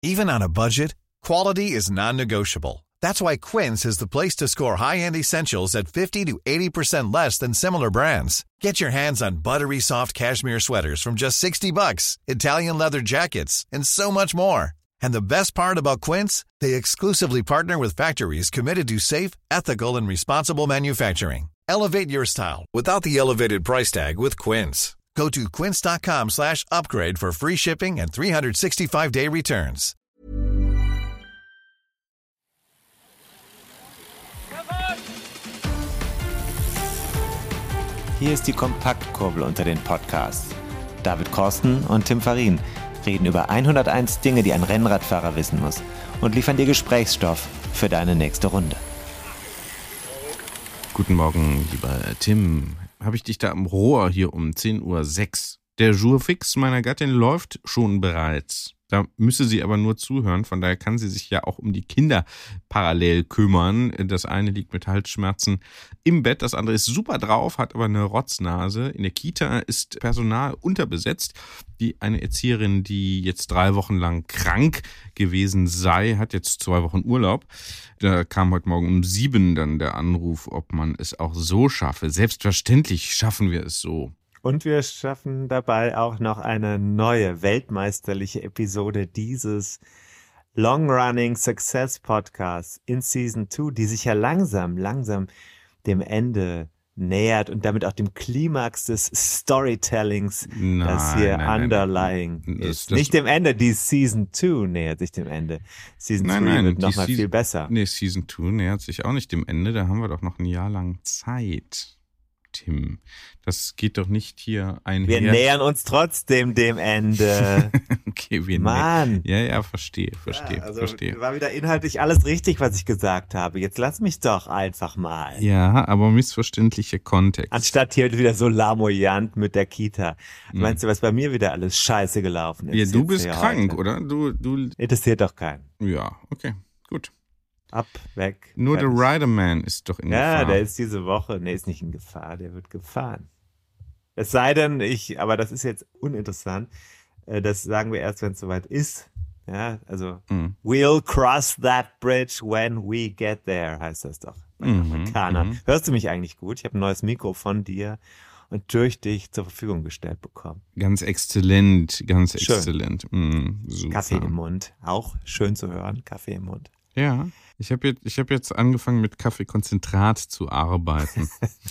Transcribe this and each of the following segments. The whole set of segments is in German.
Even on a budget, quality is non-negotiable. That's why Quince is the place to score high-end essentials at 50 to 80% less than similar brands. Get your hands on buttery soft cashmere sweaters from just $60, Italian leather jackets, and so much more. And the best part about Quince, they exclusively partner with factories committed to safe, ethical, and responsible manufacturing. Elevate your style without the elevated price tag with Quince. Go to quince.com/upgrade for free shipping and 365-day returns. Hier ist die Kompaktkurbel unter den Podcasts. David Korsten und Tim Farin reden über 101 Dinge, die ein Rennradfahrer wissen muss und liefern dir Gesprächsstoff für deine nächste Runde. Guten Morgen, lieber Tim. Habe ich dich da am Rohr hier um 10:06 Uhr? Der Jourfix meiner Gattin läuft schon bereits. Da müsse sie aber nur zuhören, von daher kann sie sich ja auch um die Kinder parallel kümmern. Das eine liegt mit Halsschmerzen im Bett, das andere ist super drauf, hat aber eine Rotznase. In der Kita ist Personal unterbesetzt. Eine Erzieherin, die jetzt 3 Wochen lang krank gewesen sei, hat jetzt 2 Wochen Urlaub. Da kam heute Morgen um 7 dann der Anruf, ob man es auch so schaffe. Selbstverständlich schaffen wir es so. Und wir schaffen dabei auch noch eine neue weltmeisterliche Episode dieses Long-Running Success Podcasts in Season 2, die sich ja langsam dem Ende nähert und damit auch dem Klimax des Storytellings, das hier underlying ist. Nicht dem Ende, die Season 2 nähert sich dem Ende. Season 3 wird nochmal viel besser. Nee, Season 2 nähert sich auch nicht dem Ende, da haben wir doch noch ein Jahr lang Zeit. Tim, das geht doch nicht hier einher. Wir nähern uns trotzdem dem Ende. Okay, Mann. Ja, verstehe. War wieder inhaltlich alles richtig, was ich gesagt habe. Jetzt lass mich doch einfach mal. Ja, aber missverständlicher Kontext. Anstatt hier wieder so lamoyant mit der Kita. Meinst du, was bei mir wieder alles scheiße gelaufen ist? Ja, du bist krank, oder? Du interessiert doch keinen. Ja, okay, gut. Ab, weg. Nur der Riderman ist doch in Gefahr. Ja, der ist diese Woche, ist nicht in Gefahr, der wird gefahren. Es sei denn, aber das ist jetzt uninteressant, das sagen wir erst, wenn es soweit ist. Ja, also, we'll cross that bridge when we get there, heißt das doch bei Amerikanern. Hörst du mich eigentlich gut? Ich habe ein neues Mikro von dir und durch dich zur Verfügung gestellt bekommen. Ganz exzellent, exzellent. Super. Kaffee im Mund, auch schön zu hören, Kaffee im Mund. Ja, ich hab jetzt angefangen mit Kaffeekonzentrat zu arbeiten.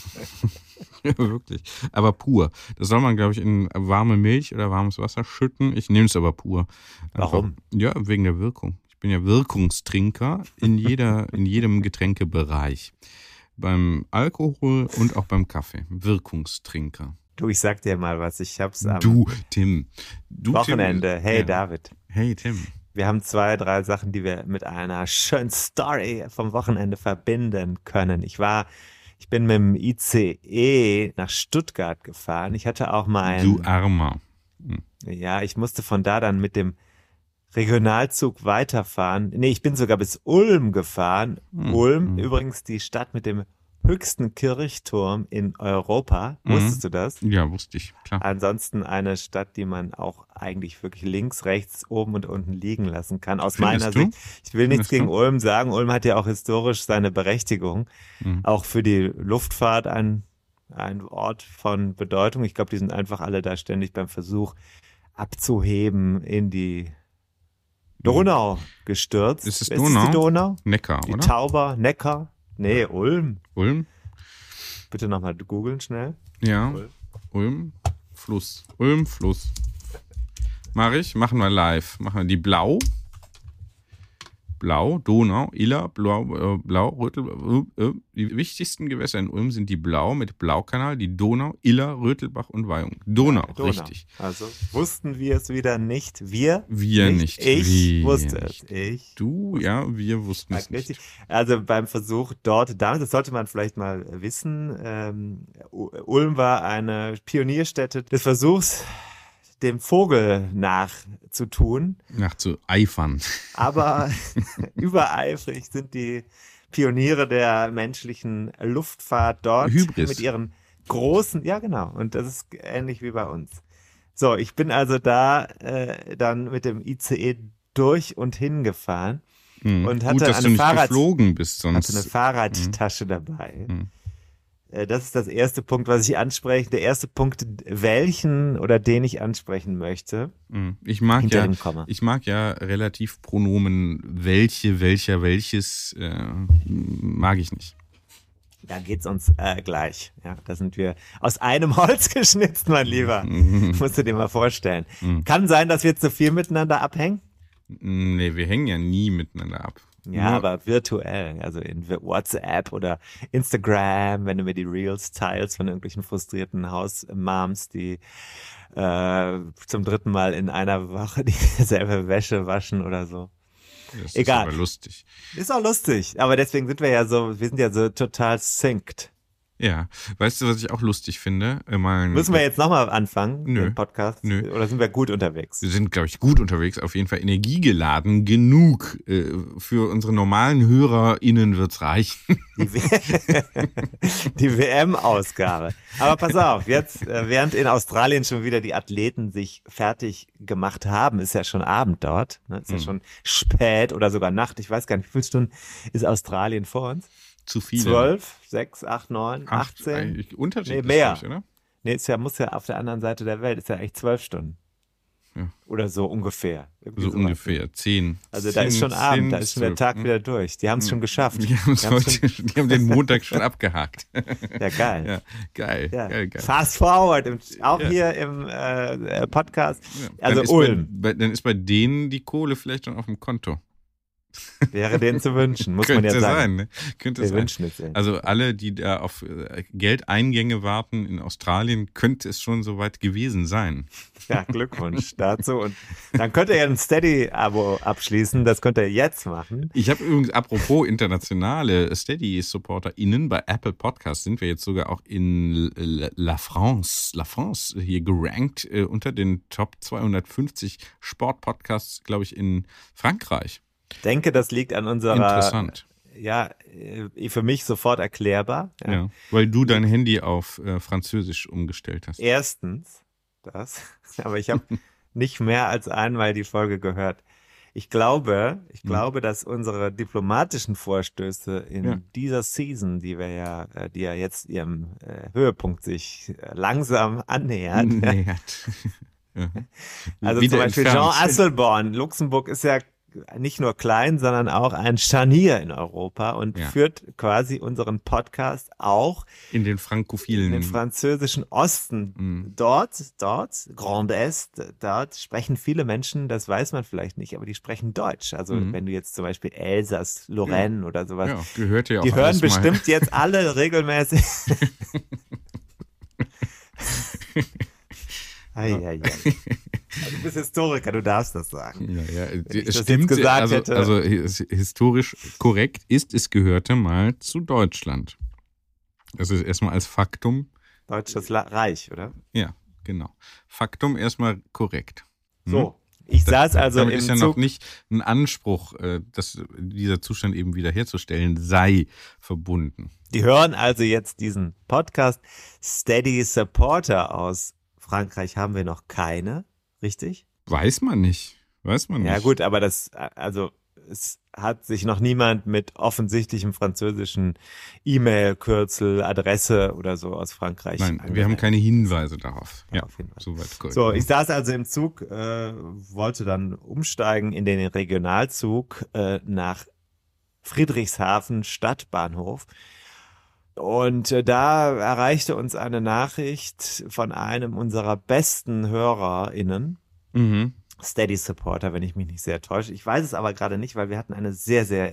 Ja, wirklich. Aber pur. Das soll man, glaube ich, in warme Milch oder warmes Wasser schütten. Ich nehme es aber pur. Warum? Ja, wegen der Wirkung. Ich bin ja Wirkungstrinker in jedem Getränkebereich. Beim Alkohol und auch beim Kaffee. Wirkungstrinker. Du, ich sag dir mal was. Ich hab's am Tim. Wochenende. Tim. Hey, ja. David. Hey, Tim. Wir haben 2, 3 Sachen, die wir mit einer schönen Story vom Wochenende verbinden können. Ich bin mit dem ICE nach Stuttgart gefahren. Ich hatte auch Du Armer. Ja, ich musste von da dann mit dem Regionalzug weiterfahren. Nee, ich bin sogar bis Ulm gefahren. Ulm, übrigens die Stadt mit dem höchsten Kirchturm in Europa. Wusstest du das? Ja, wusste ich, klar. Ansonsten eine Stadt, die man auch eigentlich wirklich links, rechts, oben und unten liegen lassen kann. Aus meiner Sicht. Ich will nichts gegen Ulm sagen. Ulm hat ja auch historisch seine Berechtigung. Auch für die Luftfahrt ein Ort von Bedeutung. Ich glaube, die sind einfach alle da ständig beim Versuch abzuheben in die Donau gestürzt. Ist es Ist Donau? die Donau? Neckar, die oder? Tauber, Neckar. Nee, Ulm. Ulm? Bitte nochmal googeln schnell. Ja, Ulm, Fluss. Ulm, Fluss. Machen wir live. Machen wir die Blau. Blau, Donau, Iller, Blau, Rötel. Die wichtigsten Gewässer in Ulm sind die Blau mit Blaukanal, die Donau, Iller, Rötelbach und Weihung. Donau, richtig. Also wussten wir es wieder nicht. Wir nicht. Ich wusste es. Wir wussten es richtig. nicht. Also beim Versuch dort, das sollte man vielleicht mal wissen, Ulm war eine Pionierstätte des Versuchs, dem Vogel nachzutun. Nachzueifern. Aber übereifrig sind die Pioniere der menschlichen Luftfahrt dort. Hybris. Mit ihren großen, ja genau, und das ist ähnlich wie bei uns. So, ich bin also da dann mit dem ICE durch und hingefahren und hatte Gut, dass du nicht geflogen bist, sonst. Hatte eine Fahrradtasche dabei. Das ist das erste Punkt, was ich anspreche. Der erste Punkt, welchen oder den ich ansprechen möchte. Ich mag ja Relativpronomen welche, welcher, welches mag ich nicht. Da geht's uns gleich. Ja, da sind wir aus einem Holz geschnitzt, mein Lieber. Musst du dir mal vorstellen. Kann sein, dass wir zu viel miteinander abhängen? Nee, wir hängen ja nie miteinander ab. Ja, aber virtuell, also in WhatsApp oder Instagram, wenn du mir die Reels teilst von irgendwelchen frustrierten Hausmoms, die zum 3. Mal in einer Woche dieselbe Wäsche waschen oder so. Das Egal. Ist aber lustig. Ist auch lustig, aber deswegen sind wir sind ja so total synced. Ja, weißt du, was ich auch lustig finde? Müssen wir jetzt nochmal anfangen, Nö. den Podcast? Nö. Oder sind wir gut unterwegs? Wir sind, glaube ich, gut unterwegs, auf jeden Fall energiegeladen genug. Für unsere normalen HörerInnen wird's reichen. Die WM-Ausgabe. Aber pass auf, jetzt, während in Australien schon wieder die Athleten sich fertig gemacht haben, ist ja schon Abend dort, ne? Ist ja schon spät oder sogar Nacht. Ich weiß gar nicht, wie viele Stunden ist Australien vor uns? Zu viele. 12, 6, 8, 9, 18? Unterschiedlich, mehr. Ich, oder? Nee, muss ja auf der anderen Seite der Welt, ist ja echt 12 Stunden. Ja. Oder so ungefähr. Irgendwie So sowas. ungefähr 10. Also da ist schon Abend, da ist schon der Tag wieder durch. Die haben es schon geschafft. Die haben den Montag schon abgehakt. Ja, geil. Ja, geil, Ja. geil. Fast forward, hier im Podcast. Ja. Also Ulm. Dann ist bei denen die Kohle vielleicht schon auf dem Konto. Wäre denen zu wünschen, muss man ja Könnte sagen. sein, ne? Könnte Wir sein. wünschen es denen. Also alle, die da auf Geldeingänge warten in Australien, könnte es schon soweit gewesen sein. Ja, Glückwunsch dazu. Und dann könnt ihr ja ein Steady-Abo abschließen. Das könnt ihr jetzt machen. Ich habe übrigens, apropos internationale Steady-SupporterInnen, bei Apple Podcasts sind wir jetzt sogar auch in La France hier gerankt unter den Top 250 Sportpodcasts, glaube ich, in Frankreich. Ich denke, das liegt an unserer, Interessant. Ja, für mich sofort erklärbar. Ja, weil du dein Handy auf Französisch umgestellt hast. Erstens das, aber ich habe nicht mehr als einmal die Folge gehört. Ich glaube, dass unsere diplomatischen Vorstöße in dieser Season, die ja jetzt ihrem Höhepunkt sich langsam annähert. Ja. Also Wieder zum Beispiel entfernt. Jean Asselborn. Luxemburg ist ja nicht nur klein, sondern auch ein Scharnier in Europa und führt quasi unseren Podcast auch in den frankophilen, in den französischen Osten. Dort, Grand Est, dort sprechen viele Menschen, das weiß man vielleicht nicht, aber die sprechen Deutsch. Also wenn du jetzt zum Beispiel Elsass, Lorraine oder sowas, gehört ja auch die hören alles bestimmt jetzt alle regelmäßig. Also du bist Historiker, du darfst das sagen. Ja, ich es das stimmt, jetzt gesagt hätte. also historisch korrekt ist, es gehörte mal zu Deutschland. Das ist erstmal als Faktum. Deutsches Reich, oder? Ja, genau. Faktum erstmal korrekt. So, ich saß also damit im ist ja Zug. noch nicht ein Anspruch, dass dieser Zustand eben wiederherzustellen sei, verbunden. Die hören also jetzt diesen Podcast. Steady Supporter aus Frankreich haben wir noch keine, richtig? Weiß man nicht. Ja gut, aber es hat sich noch niemand mit offensichtlichem französischen E-Mail-Kürzel, Adresse oder so aus Frankreich. Nein, wir haben keine Hinweise darauf. Ja, auf jeden Fall. Soweit korrekt. So, ich saß also im Zug, wollte dann umsteigen in den Regionalzug nach Friedrichshafen Stadtbahnhof. Und da erreichte uns eine Nachricht von einem unserer besten HörerInnen, Steady Supporter, wenn ich mich nicht sehr täusche. Ich weiß es aber gerade nicht, weil wir hatten eine sehr, sehr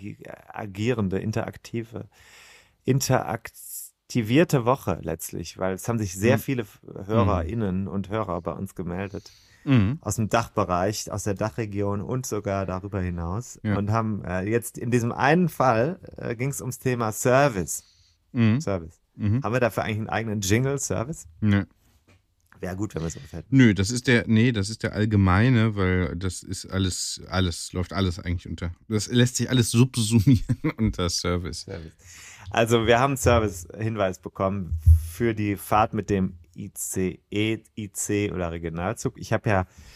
interaktivierte Woche letztlich, weil es haben sich sehr viele HörerInnen und Hörer bei uns gemeldet. Aus dem Dachbereich, aus der Dachregion und sogar darüber hinaus. Ja. Und haben jetzt in diesem einen Fall ging es ums Thema Service. Service. Haben wir dafür eigentlich einen eigenen Jingle-Service? Nö. Wäre gut, wenn wir sowas hätten. Nö, das ist der allgemeine, weil das ist alles läuft alles eigentlich unter. Das lässt sich alles subsumieren unter Service. Also wir haben einen Service-Hinweis bekommen für die Fahrt mit dem IC oder Regionalzug. Ich habe ja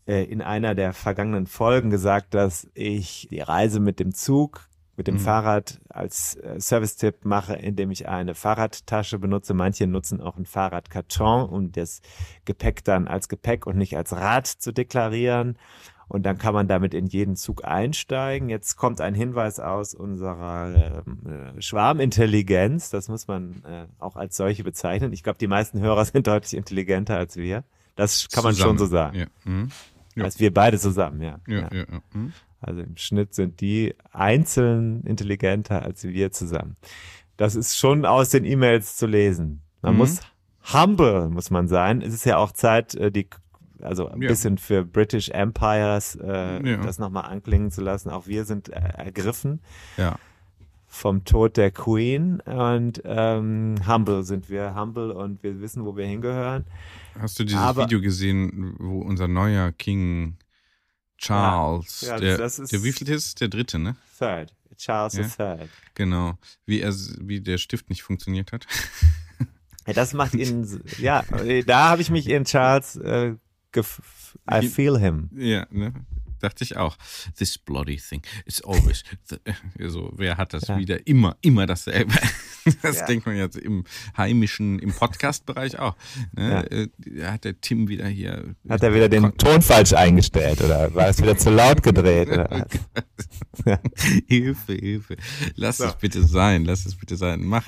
in einer der vergangenen Folgen gesagt, dass ich die Reise mit dem Zug, mit dem Fahrrad als Service-Tipp mache, indem ich eine Fahrradtasche benutze. Manche nutzen auch einen Fahrradkarton, um das Gepäck dann als Gepäck und nicht als Rad zu deklarieren. Und dann kann man damit in jeden Zug einsteigen. Jetzt kommt ein Hinweis aus unserer Schwarmintelligenz. Das muss man auch als solche bezeichnen. Ich glaube, die meisten Hörer sind deutlich intelligenter als wir. Das kann man schon so sagen. Ja. Ja. Als wir beide zusammen, ja. Ja. Also im Schnitt sind die einzeln intelligenter als wir zusammen. Das ist schon aus den E-Mails zu lesen. Man muss humble, muss man sein. Es ist ja auch Zeit, ein bisschen für British Empires das nochmal anklingen zu lassen. Auch wir sind ergriffen vom Tod der Queen und humble sind wir, humble, und wir wissen, wo wir hingehören. Hast du dieses Video gesehen, wo unser neuer King Charles, der wievielte ist? Der dritte, ne? Third. Charles the Third. Genau. Wie der Stift nicht funktioniert hat. Ja, das macht ihn, da habe ich mich in Charles I feel him. Ja, ne? Dachte ich auch. This bloody thing. It's always. Wer hat das wieder? Immer dasselbe. Das denkt man jetzt im Podcast-Bereich auch. Ne? Hat der Tim wieder hier. Hat er wieder den Ton falsch eingestellt oder war es wieder zu laut gedreht? Oder? Hilfe. Lass es bitte sein. Mach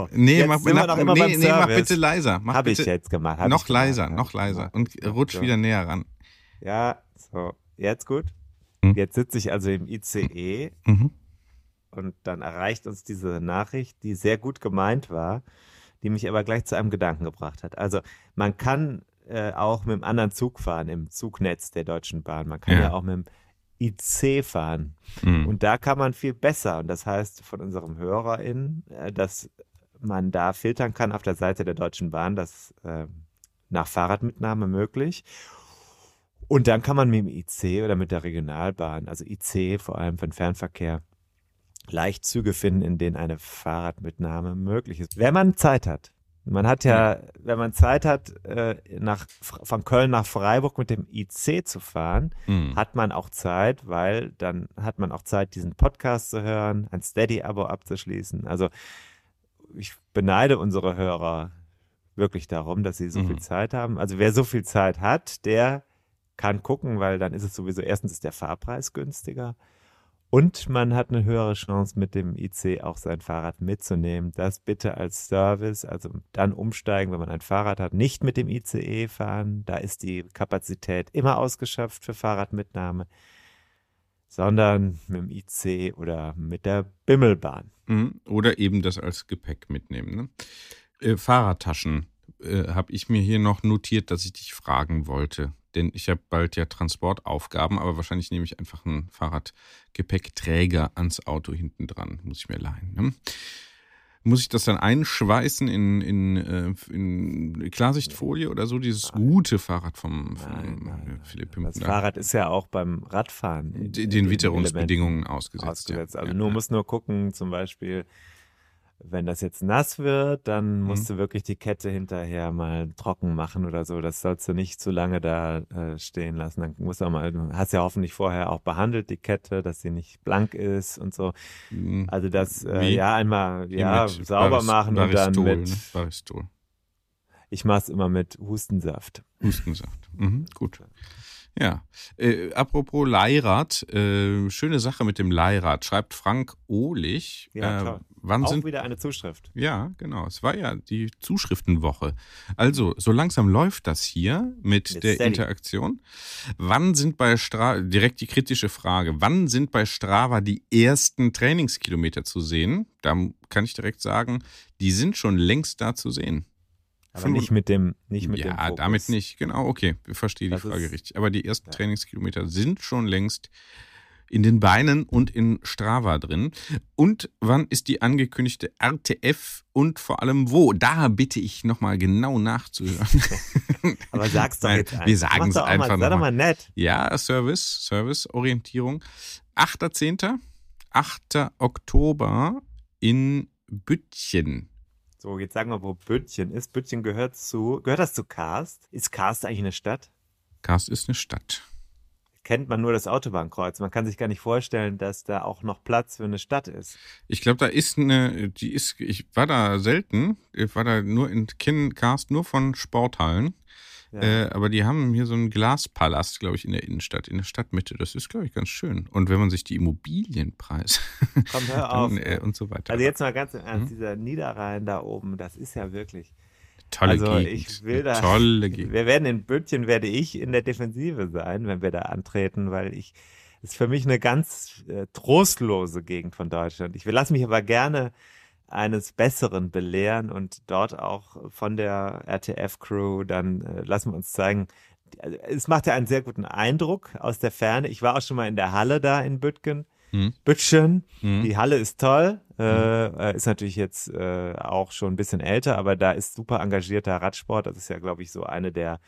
bitte leiser. Habe ich jetzt gemacht. Noch leiser. Und rutsch wieder näher ran. Ja, so. Jetzt gut. Jetzt sitze ich also im ICE und dann erreicht uns diese Nachricht, die sehr gut gemeint war, die mich aber gleich zu einem Gedanken gebracht hat. Also man kann auch mit einem anderen Zug fahren, im Zugnetz der Deutschen Bahn. Man kann ja auch mit dem IC fahren. Und da kann man viel besser. Und das heißt von unserem HörerInnen, dass man da filtern kann auf der Seite der Deutschen Bahn, das nach Fahrradmitnahme möglich. Und dann kann man mit dem IC oder mit der Regionalbahn, also IC vor allem für den Fernverkehr, leicht Züge finden, in denen eine Fahrradmitnahme möglich ist. Wenn man Zeit hat. Man hat wenn man Zeit hat, von Köln nach Freiburg mit dem IC zu fahren, hat man auch Zeit, weil dann hat man auch Zeit, diesen Podcast zu hören, ein Steady-Abo abzuschließen. Also ich beneide unsere Hörer wirklich darum, dass sie so viel Zeit haben. Also wer so viel Zeit hat, der kann gucken, weil dann ist es sowieso, erstens ist der Fahrpreis günstiger und man hat eine höhere Chance, mit dem IC auch sein Fahrrad mitzunehmen. Das bitte als Service, also dann umsteigen, wenn man ein Fahrrad hat, nicht mit dem ICE fahren, da ist die Kapazität immer ausgeschöpft für Fahrradmitnahme, sondern mit dem IC oder mit der Bimmelbahn. Oder eben das als Gepäck mitnehmen. Ne? Fahrradtaschen habe ich mir hier noch notiert, dass ich dich fragen wollte. Denn ich habe bald ja Transportaufgaben, aber wahrscheinlich nehme ich einfach einen Fahrradgepäckträger ans Auto hinten dran. Muss ich mir leihen. Ne? Muss ich das dann einschweißen in Klarsichtfolie oder so? Dieses gute Fahrrad vom Philipp Pimpen. Das Fahrrad ist ja auch beim Radfahren den Witterungsbedingungen ausgesetzt. Ja. Also musst nur gucken, zum Beispiel, wenn das jetzt nass wird, dann musst du wirklich die Kette hinterher mal trocken machen oder so. Das sollst du nicht zu lange da stehen lassen. Dann musst du auch mal, du hast ja hoffentlich vorher auch behandelt, die Kette, dass sie nicht blank ist und so. Also das einmal sauber machen und dann mit Baristol. Ich mache es immer mit Hustensaft. Gut. Ja, apropos Leihrad, schöne Sache mit dem Leihrad, schreibt Frank Ohlich. Ja, toll. Auch wieder eine Zuschrift. Ja, genau. Es war ja die Zuschriftenwoche. Also, so langsam läuft das hier mit der Steady. Interaktion. Wann sind bei Strava, direkt die kritische Frage, wann sind bei Strava die ersten Trainingskilometer zu sehen? Da kann ich direkt sagen, die sind schon längst da zu sehen. Aber nicht mit dem Fokus. Ja, damit nicht. Genau, okay. Ich verstehe die Frage richtig. Aber die ersten Trainingskilometer sind schon längst in den Beinen und in Strava drin. Und wann ist die angekündigte RTF und vor allem wo? Da bitte ich nochmal genau nachzuhören. Aber sag's doch jetzt einfach. Wir sagen es einfach nochmal. Sei doch mal nett. Ja, Service-Orientierung. 8.10., 8. Oktober in Büttchen. So, jetzt sagen wir, wo Büttchen ist. Büttchen gehört das zu Karst? Ist Karst eigentlich eine Stadt? Karst ist eine Stadt. kennt man nur das Autobahnkreuz. Man kann sich gar nicht vorstellen, dass da auch noch Platz für eine Stadt ist. Ich glaube, da ist ich war da selten, ich war da nur in Cast nur von Sporthallen. Ja. Aber die haben hier so einen Glaspalast, glaube ich, in der Innenstadt, in der Stadtmitte. Das ist, glaube ich, ganz schön. Und wenn man sich die Immobilienpreise Komm, hör auf. Und so weiter. Also jetzt mal ganz im Ernst, dieser Niederrhein da oben, das ist ja wirklich tolle Gegend. Ich will da, tolle Gegend. Wir werden in Böttchen, werde ich in der Defensive sein, wenn wir da antreten, weil das ist für mich eine ganz trostlose Gegend von Deutschland. Ich lasse mich aber gerne eines Besseren belehren und dort auch von der RTF-Crew dann lassen wir uns zeigen. Es macht ja einen sehr guten Eindruck aus der Ferne. Ich war auch schon mal in der Halle da in Büttgen. Bütchen. Die Halle ist toll, ist natürlich jetzt auch schon ein bisschen älter, aber da ist super engagierter Radsport. Das ist ja, glaube ich, so einer der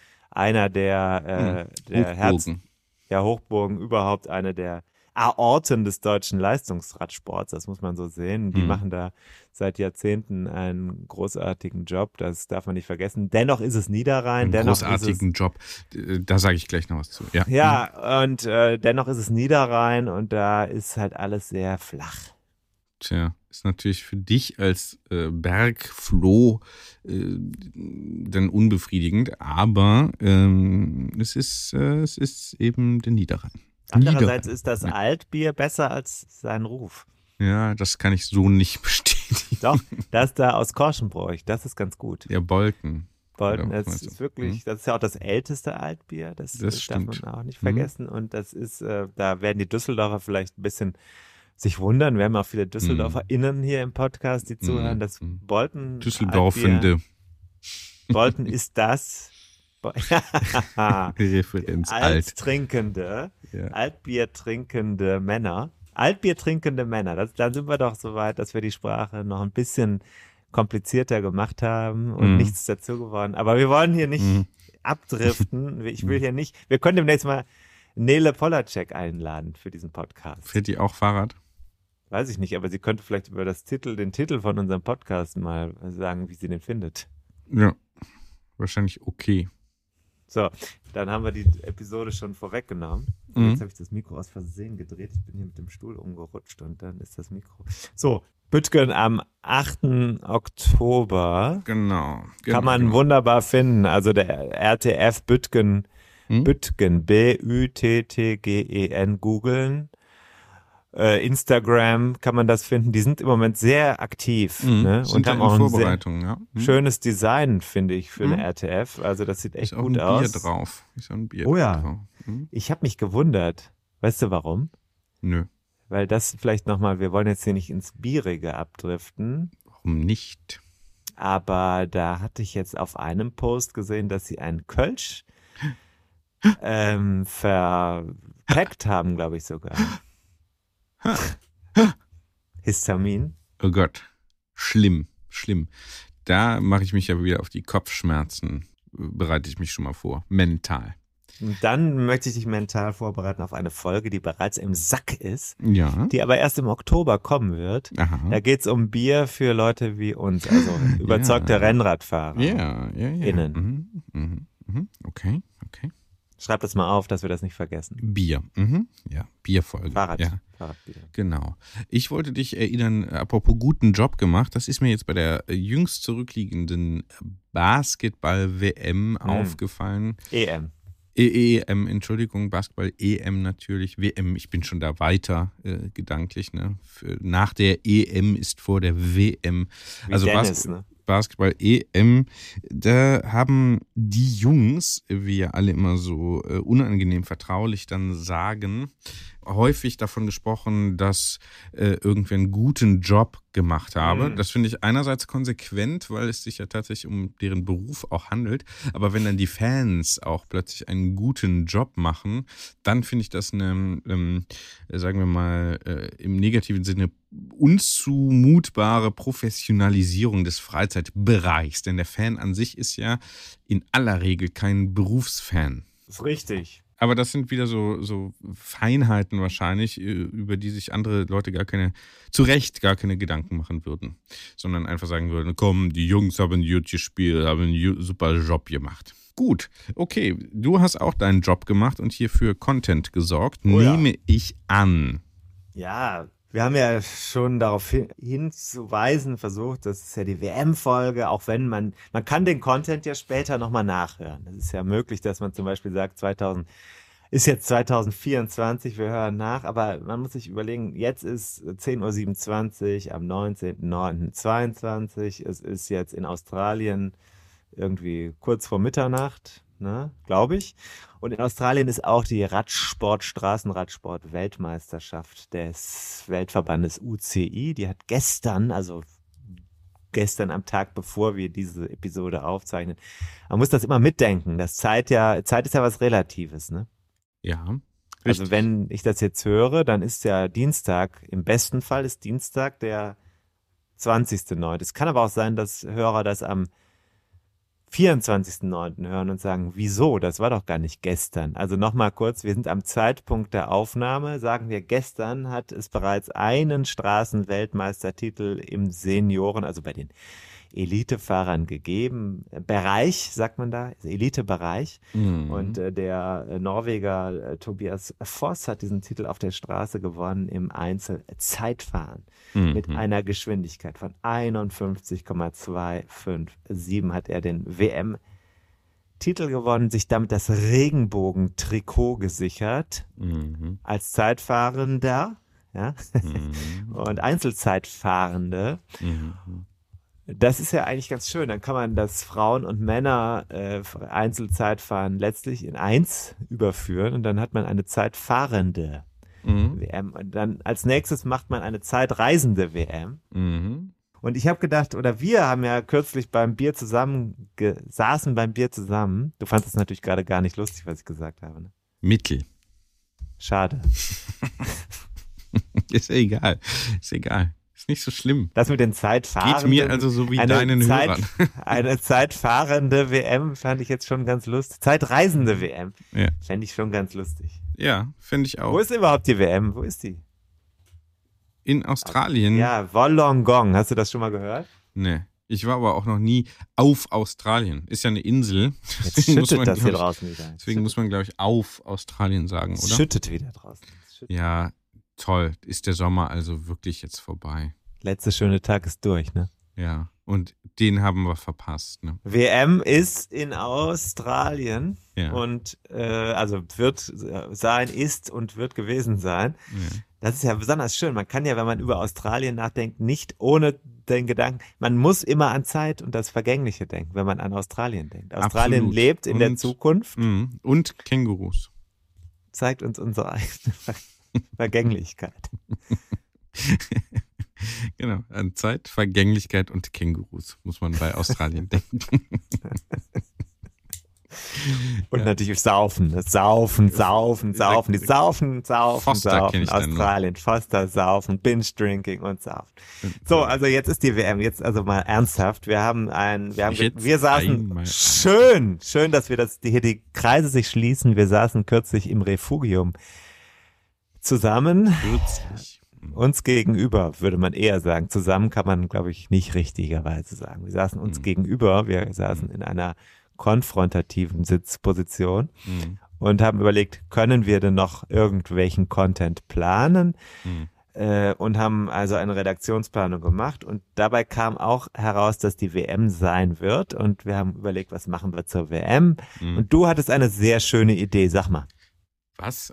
Hochburgen. Hochburgen, überhaupt eine der Aorten des deutschen Leistungsradsports, das muss man so sehen. Die machen da seit Jahrzehnten einen großartigen Job, das darf man nicht vergessen. Dennoch ist es Niederrhein. Job, da sage ich gleich noch was zu. Ja, und dennoch ist es Niederrhein und da ist halt alles sehr flach. Tja, ist natürlich für dich als Bergfloh dann unbefriedigend, aber es ist eben der Niederrhein. Andererseits ist das Altbier besser als sein Ruf. Ja, das kann ich so nicht bestätigen. Doch, das da aus Korschenbroich, das ist ganz gut. Ja, Bolten. Das ist wirklich, das ist ja auch das älteste Altbier, das darf man auch nicht vergessen. Und das ist, da werden die Düsseldorfer vielleicht ein bisschen sich wundern. Wir haben auch viele DüsseldorferInnen hier im Podcast, die zuhören. Das Bolten Düsseldorfende. Bolten ist das Referenz alttrinkende, Altbier trinkende Männer. Altbier trinkende Männer. Dann sind wir doch so weit, dass wir die Sprache noch ein bisschen komplizierter gemacht haben und nichts dazu geworden. Aber wir wollen hier nicht abdriften. Ich will hier nicht. Wir können demnächst mal Nele Polacek einladen für diesen Podcast. Fährt die auch Fahrrad? Weiß ich nicht, aber sie könnte vielleicht über den Titel von unserem Podcast mal sagen, wie sie den findet. Ja, wahrscheinlich okay. So, dann haben wir die Episode schon vorweggenommen. Jetzt habe ich das Mikro aus Versehen gedreht. Ich bin hier mit dem Stuhl umgerutscht und dann ist das Mikro. So, Büttgen am 8. Oktober. Genau. Kann man wunderbar finden. Also der RTF Büttgen, Büttgen, B-Ü-T-T-G-E-N, googeln. Instagram kann man das finden. Die sind im Moment sehr aktiv ne? Und haben auch ein sehr schönes Design, finde ich, für eine RTF. Also das sieht echt gut aus. Ist auch ein Bier drauf. Ist auch ein Bier drauf. Ich habe mich gewundert. Weißt du warum? Nö. Weil das vielleicht nochmal, wir wollen jetzt hier nicht ins Bierige abdriften. Warum nicht? Aber da hatte ich jetzt auf einem Post gesehen, dass sie einen Kölsch verpackt haben, glaube ich sogar. Histamin. Oh Gott, schlimm. Da mache ich mich ja wieder auf die Kopfschmerzen, bereite ich mich schon mal vor, mental. Und dann möchte ich dich mental vorbereiten auf eine Folge, die bereits im Sack ist, die aber erst im Oktober kommen wird. Aha. Da geht es um Bier für Leute wie uns, also überzeugte Rennradfahrer. Ja. Innen. Okay. Schreib das mal auf, dass wir das nicht vergessen. Bier. Ja, Bierfolge. Fahrradbier. Genau. Ich wollte dich erinnern, apropos guten Job gemacht, das ist mir jetzt bei der jüngst zurückliegenden Basketball-WM aufgefallen. EM, Basketball-EM natürlich. WM, ich bin schon da weiter gedanklich. Ne? Nach der EM ist vor der WM. Wie also Dennis, Basketball-EM, da haben die Jungs, wie ja alle immer so unangenehm vertraulich dann sagen, häufig davon gesprochen, dass irgendwer einen guten Job gemacht habe. Das finde ich einerseits konsequent, weil es sich ja tatsächlich um deren Beruf auch handelt. Aber wenn dann die Fans auch plötzlich einen guten Job machen, dann finde ich das eine, sagen wir mal, im negativen Sinne unzumutbare Professionalisierung des Freizeitbereichs. Denn der Fan an sich ist ja in aller Regel kein Berufsfan. Das ist richtig. Aber das sind wieder so Feinheiten wahrscheinlich, über die sich andere Leute zu Recht gar keine Gedanken machen würden. Sondern einfach sagen würden, komm, die Jungs haben ein gut gespielt, haben einen super Job gemacht. Gut, okay, du hast auch deinen Job gemacht und hier für Content gesorgt, Oh ja. nehme ich an. Ja, wir haben ja schon darauf hinzuweisen versucht, das ist ja die WM-Folge, auch wenn man kann den Content ja später nochmal nachhören. Es ist ja möglich, dass man zum Beispiel sagt, ist jetzt 2024, wir hören nach, aber man muss sich überlegen, jetzt ist 10:27 Uhr am 19.09.22, es ist jetzt in Australien irgendwie kurz vor Mitternacht, ne, glaube ich. Und in Australien ist auch die Straßenradsport-Weltmeisterschaft des Weltverbandes UCI. Die hat gestern am Tag, bevor wir diese Episode aufzeichnen. Man muss das immer mitdenken. Zeit ist ja was Relatives, ne? Ja, Also richtig. wenn ich das jetzt höre, dann ist ja Dienstag, im besten Fall ist Dienstag der 20.09. Es kann aber auch sein, dass Hörer das am 24.09. hören und sagen, wieso? Das war doch gar nicht gestern. Also nochmal kurz, wir sind am Zeitpunkt der Aufnahme, sagen wir, gestern hat es bereits einen Straßenweltmeistertitel im Senioren, also bei den Elitefahrern gegeben. Bereich, sagt man da, Elitebereich. Mhm. Und der Norweger Tobias Foss hat diesen Titel auf der Straße gewonnen im Einzelzeitfahren. Mit einer Geschwindigkeit von 51,257 hat er den WM-Titel gewonnen, sich damit das Regenbogen-Trikot gesichert als Zeitfahrender, ja, und Einzelzeitfahrende. Das ist ja eigentlich ganz schön. Dann kann man das Frauen- und Männer Einzelzeitfahren letztlich in eins überführen und dann hat man eine Zeitfahrende WM. Und dann als nächstes macht man eine zeitreisende WM. Und ich habe gedacht, oder wir haben ja kürzlich saßen beim Bier zusammen. Du fandest es natürlich gerade gar nicht lustig, was ich gesagt habe. Ne? Mittel. Schade. Ist ja egal. Ist egal. Ist nicht so schlimm. Das mit den Zeitfahrenden. Geht mir also so wie deinen Hörern. Eine zeitfahrende WM fand ich jetzt schon ganz lustig. Zeitreisende WM Ja. fände ich schon ganz lustig. Ja, finde ich auch. Wo ist überhaupt die WM? Wo ist die? In Australien? Ja, Wollongong. Hast du das schon mal gehört? Nee. Ich war aber auch noch nie auf Australien. Ist ja eine Insel. Jetzt Deswegen muss schüttet man, das hier glaub draußen wieder. Deswegen muss man, glaube ich, auf Australien sagen, Es oder? schüttet wieder draußen. Es schüttet. Ja, toll. Ist der Sommer also wirklich jetzt vorbei. Letzter schöne Tag ist durch, ne? Ja, und den haben wir verpasst. Ne? WM ist in Australien Ja. und also wird sein, ist und wird gewesen sein. Ja. Das ist ja besonders schön. Man kann ja, wenn man über Australien nachdenkt, nicht ohne den Gedanken, man muss immer an Zeit und das Vergängliche denken, wenn man an Australien denkt. Australien Absolut. lebt in der Und- Zukunft, Und Kängurus. zeigt uns unsere eigene Vergänglichkeit. Genau, an Zeit, Vergänglichkeit und Kängurus muss man bei Australien denken. Und natürlich Saufen. Die saufen. Foster kenn ich dann noch. Australien, Foster, Saufen, Binge-Drinking und Saufen. So, also jetzt ist die WM, jetzt also mal ernsthaft. Wir saßen, schön, dass wir hier die Kreise sich schließen. Wir saßen kürzlich im Refugium zusammen. Kürzlich. Uns gegenüber, würde man eher sagen. Zusammen kann man, glaube ich, nicht richtigerweise sagen. Wir saßen uns gegenüber, wir saßen in einer konfrontativen Sitzposition und haben überlegt, können wir denn noch irgendwelchen Content planen? Und haben also eine Redaktionsplanung gemacht und dabei kam auch heraus, dass die WM sein wird und wir haben überlegt, was machen wir zur WM? Und du hattest eine sehr schöne Idee, sag mal. Was?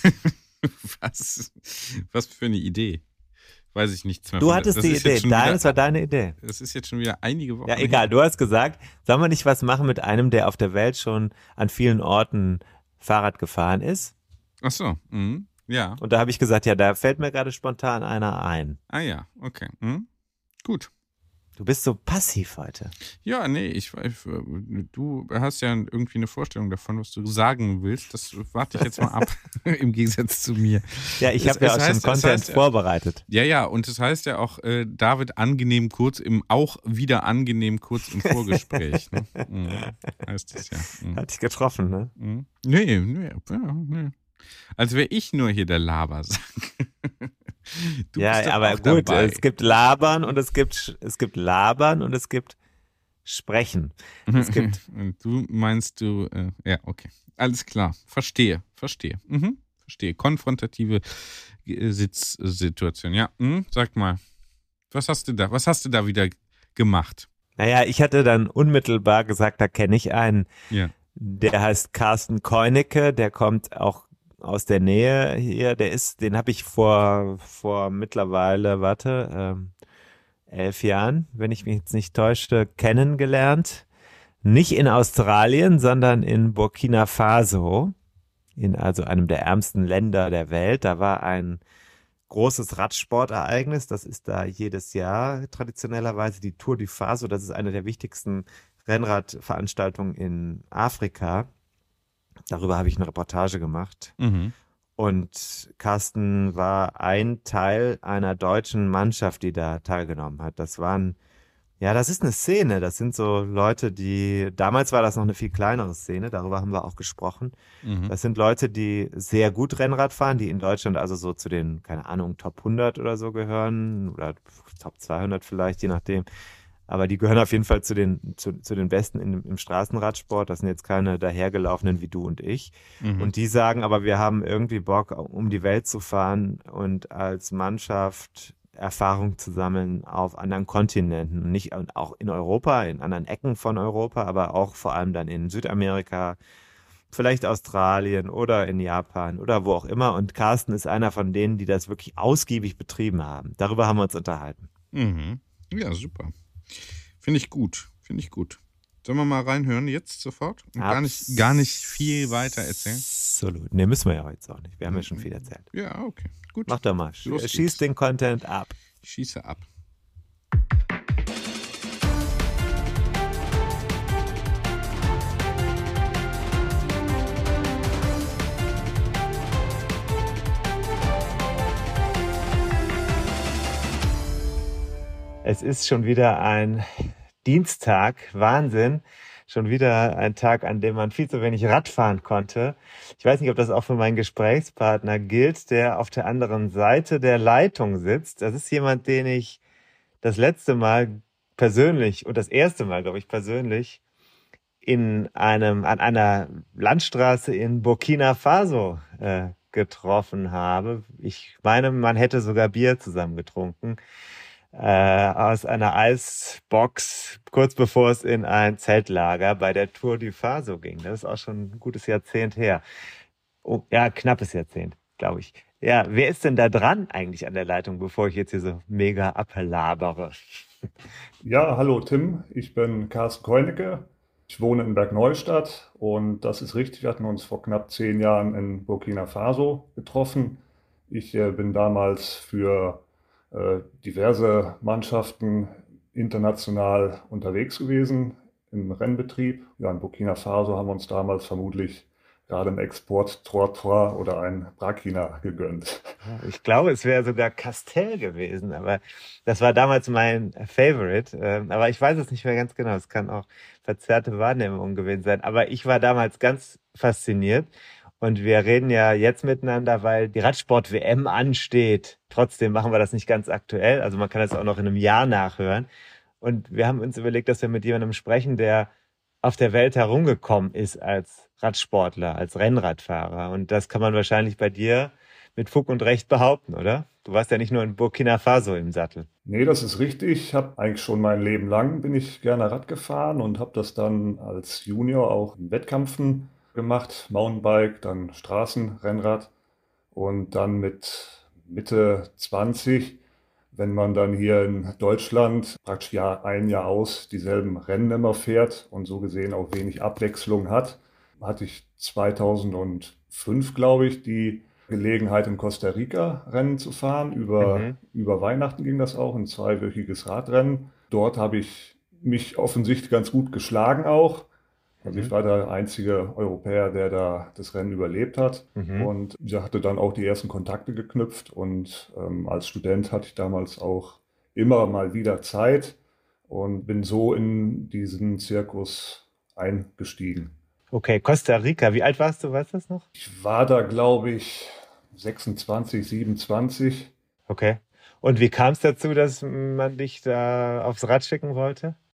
Was für eine Idee? Weiß ich nichts mehr. Du von. hattest Das die ist jetzt Idee, schon wieder- das war deine Idee. Das ist jetzt schon wieder einige Wochen Ja, egal, du hast gesagt, sollen wir nicht was machen mit einem, der auf der Welt schon an vielen Orten Fahrrad gefahren ist? Ach so, ja. Und da habe ich gesagt, ja, da fällt mir gerade spontan einer ein. Ah ja, okay. Gut. Du bist so passiv heute. Ja, nee, du hast ja irgendwie eine Vorstellung davon, was du sagen willst. Das warte ich jetzt mal ab, im Gegensatz zu mir. Ja, ich habe ja auch schon Content vorbereitet. Ja, und das heißt ja auch, David angenehm kurz im Vorgespräch. Ne? Heißt das ja. Hat dich getroffen, ne? Nee. Als wäre ich nur hier der Labersack. Du bist doch Ja, aber auch gut, dabei. es gibt Labern und es gibt Labern und es gibt sprechen. Es gibt Du meinst ja, okay. Alles klar. Verstehe. Verstehe. Konfrontative Sitzsituation. Ja, sag mal. Was hast du da wieder gemacht? Naja, ich hatte dann unmittelbar gesagt, da kenne ich einen, Ja. der heißt Carsten Keunicke, der kommt auch aus der Nähe hier, den habe ich vor mittlerweile, 11 Jahren, wenn ich mich jetzt nicht täusche, kennengelernt. Nicht in Australien, sondern in Burkina Faso, in also einem der ärmsten Länder der Welt. Da war ein großes Radsportereignis. Das ist da jedes Jahr traditionellerweise die Tour du Faso. Das ist eine der wichtigsten Rennradveranstaltungen in Afrika. Darüber habe ich eine Reportage gemacht. Mhm. Und Carsten war ein Teil einer deutschen Mannschaft, die da teilgenommen hat. Das ist eine Szene. Das sind so Leute, damals war das noch eine viel kleinere Szene, darüber haben wir auch gesprochen. Mhm. Das sind Leute, die sehr gut Rennrad fahren, die in Deutschland also so zu den, keine Ahnung, Top 100 oder so gehören oder Top 200 vielleicht, je nachdem. Aber die gehören auf jeden Fall zu den Besten im Straßenradsport. Das sind jetzt keine dahergelaufenen wie du und ich. Mhm. Und die sagen, aber wir haben irgendwie Bock, um die Welt zu fahren und als Mannschaft Erfahrung zu sammeln auf anderen Kontinenten. Nicht auch in Europa, in anderen Ecken von Europa, aber auch vor allem dann in Südamerika, vielleicht Australien oder in Japan oder wo auch immer. Und Carsten ist einer von denen, die das wirklich ausgiebig betrieben haben. Darüber haben wir uns unterhalten. Mhm. Ja, super. Finde ich gut. Sollen wir mal reinhören jetzt sofort? Und gar nicht viel weiter erzählen? Absolut. Ne, müssen wir ja heute auch nicht. Wir haben ja schon viel erzählt. Ja, okay. Gut. Mach doch mal. Los Schieß geht's. den Content ab. Ich schieße ab. Es ist schon wieder ein Dienstag. Wahnsinn. Schon wieder ein Tag, an dem man viel zu wenig Rad fahren konnte. Ich weiß nicht, ob das auch für meinen Gesprächspartner gilt, der auf der anderen Seite der Leitung sitzt. Das ist jemand, den ich das letzte Mal persönlich und das erste Mal, glaube ich, persönlich an einer Landstraße in Burkina Faso getroffen habe. Ich meine, man hätte sogar Bier zusammen getrunken. Aus einer Eisbox, kurz bevor es in ein Zeltlager bei der Tour du Faso ging. Das ist auch schon ein gutes Jahrzehnt her. Oh, ja, knappes Jahrzehnt, glaube ich. Ja, wer ist denn da dran eigentlich an der Leitung, bevor ich jetzt hier so mega ablabere? Ja, hallo Tim, ich bin Carsten Keunicke. Ich wohne in Bergneustadt und das ist richtig, wir hatten uns vor knapp 10 Jahren in Burkina Faso getroffen. Ich bin damals für diverse Mannschaften international unterwegs gewesen im Rennbetrieb. Ja, in Burkina Faso haben wir uns damals vermutlich gerade im Export Trottoir oder ein Brakina gegönnt. Ich glaube, es wäre sogar Castell gewesen, aber das war damals mein Favorite. Aber ich weiß es nicht mehr ganz genau. Es kann auch verzerrte Wahrnehmung gewesen sein. Aber ich war damals ganz fasziniert. Und wir reden ja jetzt miteinander, weil die Radsport-WM ansteht. Trotzdem machen wir das nicht ganz aktuell. Also man kann das auch noch in einem Jahr nachhören. Und wir haben uns überlegt, dass wir mit jemandem sprechen, der auf der Welt herumgekommen ist als Radsportler, als Rennradfahrer. Und das kann man wahrscheinlich bei dir mit Fug und Recht behaupten, oder? Du warst ja nicht nur in Burkina Faso im Sattel. Nee, das ist richtig. Ich habe eigentlich schon mein Leben lang bin ich gerne Rad gefahren und habe das dann als Junior auch in Wettkämpfen gemacht, Mountainbike, dann Straßenrennrad und dann mit Mitte 20, wenn man dann hier in Deutschland praktisch ein Jahr aus dieselben Rennen immer fährt und so gesehen auch wenig Abwechslung hat, hatte ich 2005, glaube ich, die Gelegenheit in Costa Rica Rennen zu fahren. Über Weihnachten ging das auch, ein zweiwöchiges Radrennen. Dort habe ich mich offensichtlich ganz gut geschlagen auch. Also ich war der einzige Europäer, der da das Rennen überlebt hat und hatte dann auch die ersten Kontakte geknüpft und als Student hatte ich damals auch immer mal wieder Zeit und bin so in diesen Zirkus eingestiegen. Okay, Costa Rica. Wie alt warst du, weißt du das noch? Ich war da, glaube ich, 26, 27. Okay. Und wie kam es dazu, dass man dich da aufs Rad schicken wollte?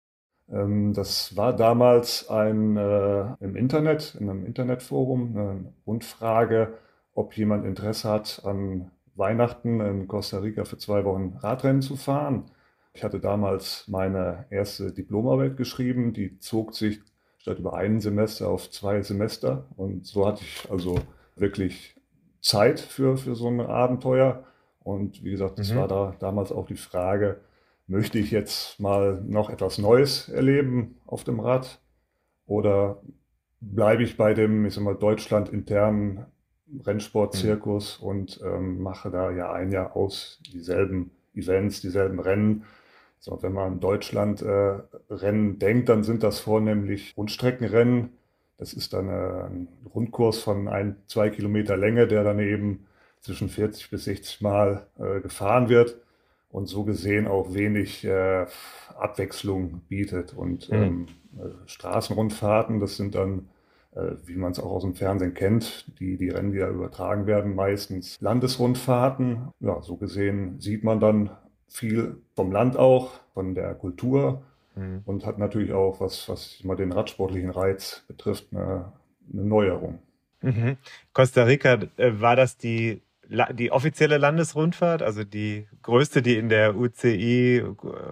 Das war damals in einem Internetforum, eine Rundfrage, ob jemand Interesse hat, an Weihnachten in Costa Rica für 2 Wochen Radrennen zu fahren. Ich hatte damals meine erste Diplomarbeit geschrieben, die zog sich statt über ein Semester auf 2 Semester. Und so hatte ich also wirklich Zeit für so ein Abenteuer. Und wie gesagt, es war da damals auch die Frage, möchte ich jetzt mal noch etwas Neues erleben auf dem Rad oder bleibe ich bei dem, ich sag mal, deutschlandinternen Rennsportzirkus und mache da Jahr ein, Jahr aus dieselben Events, dieselben Rennen. So, wenn man an Deutschland Rennen denkt, dann sind das vornehmlich Rundstreckenrennen. Das ist dann ein Rundkurs von 2 Kilometer Länge, der dann eben zwischen 40 bis 60 Mal gefahren wird und so gesehen auch wenig Abwechslung bietet. Und Straßenrundfahrten, das sind dann, wie man es auch aus dem Fernsehen kennt, die Rennen, die da übertragen werden, meistens Landesrundfahrten. Ja, so gesehen sieht man dann viel vom Land auch, von der Kultur und hat natürlich auch, was immer den radsportlichen Reiz betrifft, eine Neuerung. Costa Rica, war das die offizielle Landesrundfahrt, also die größte, die in der UCI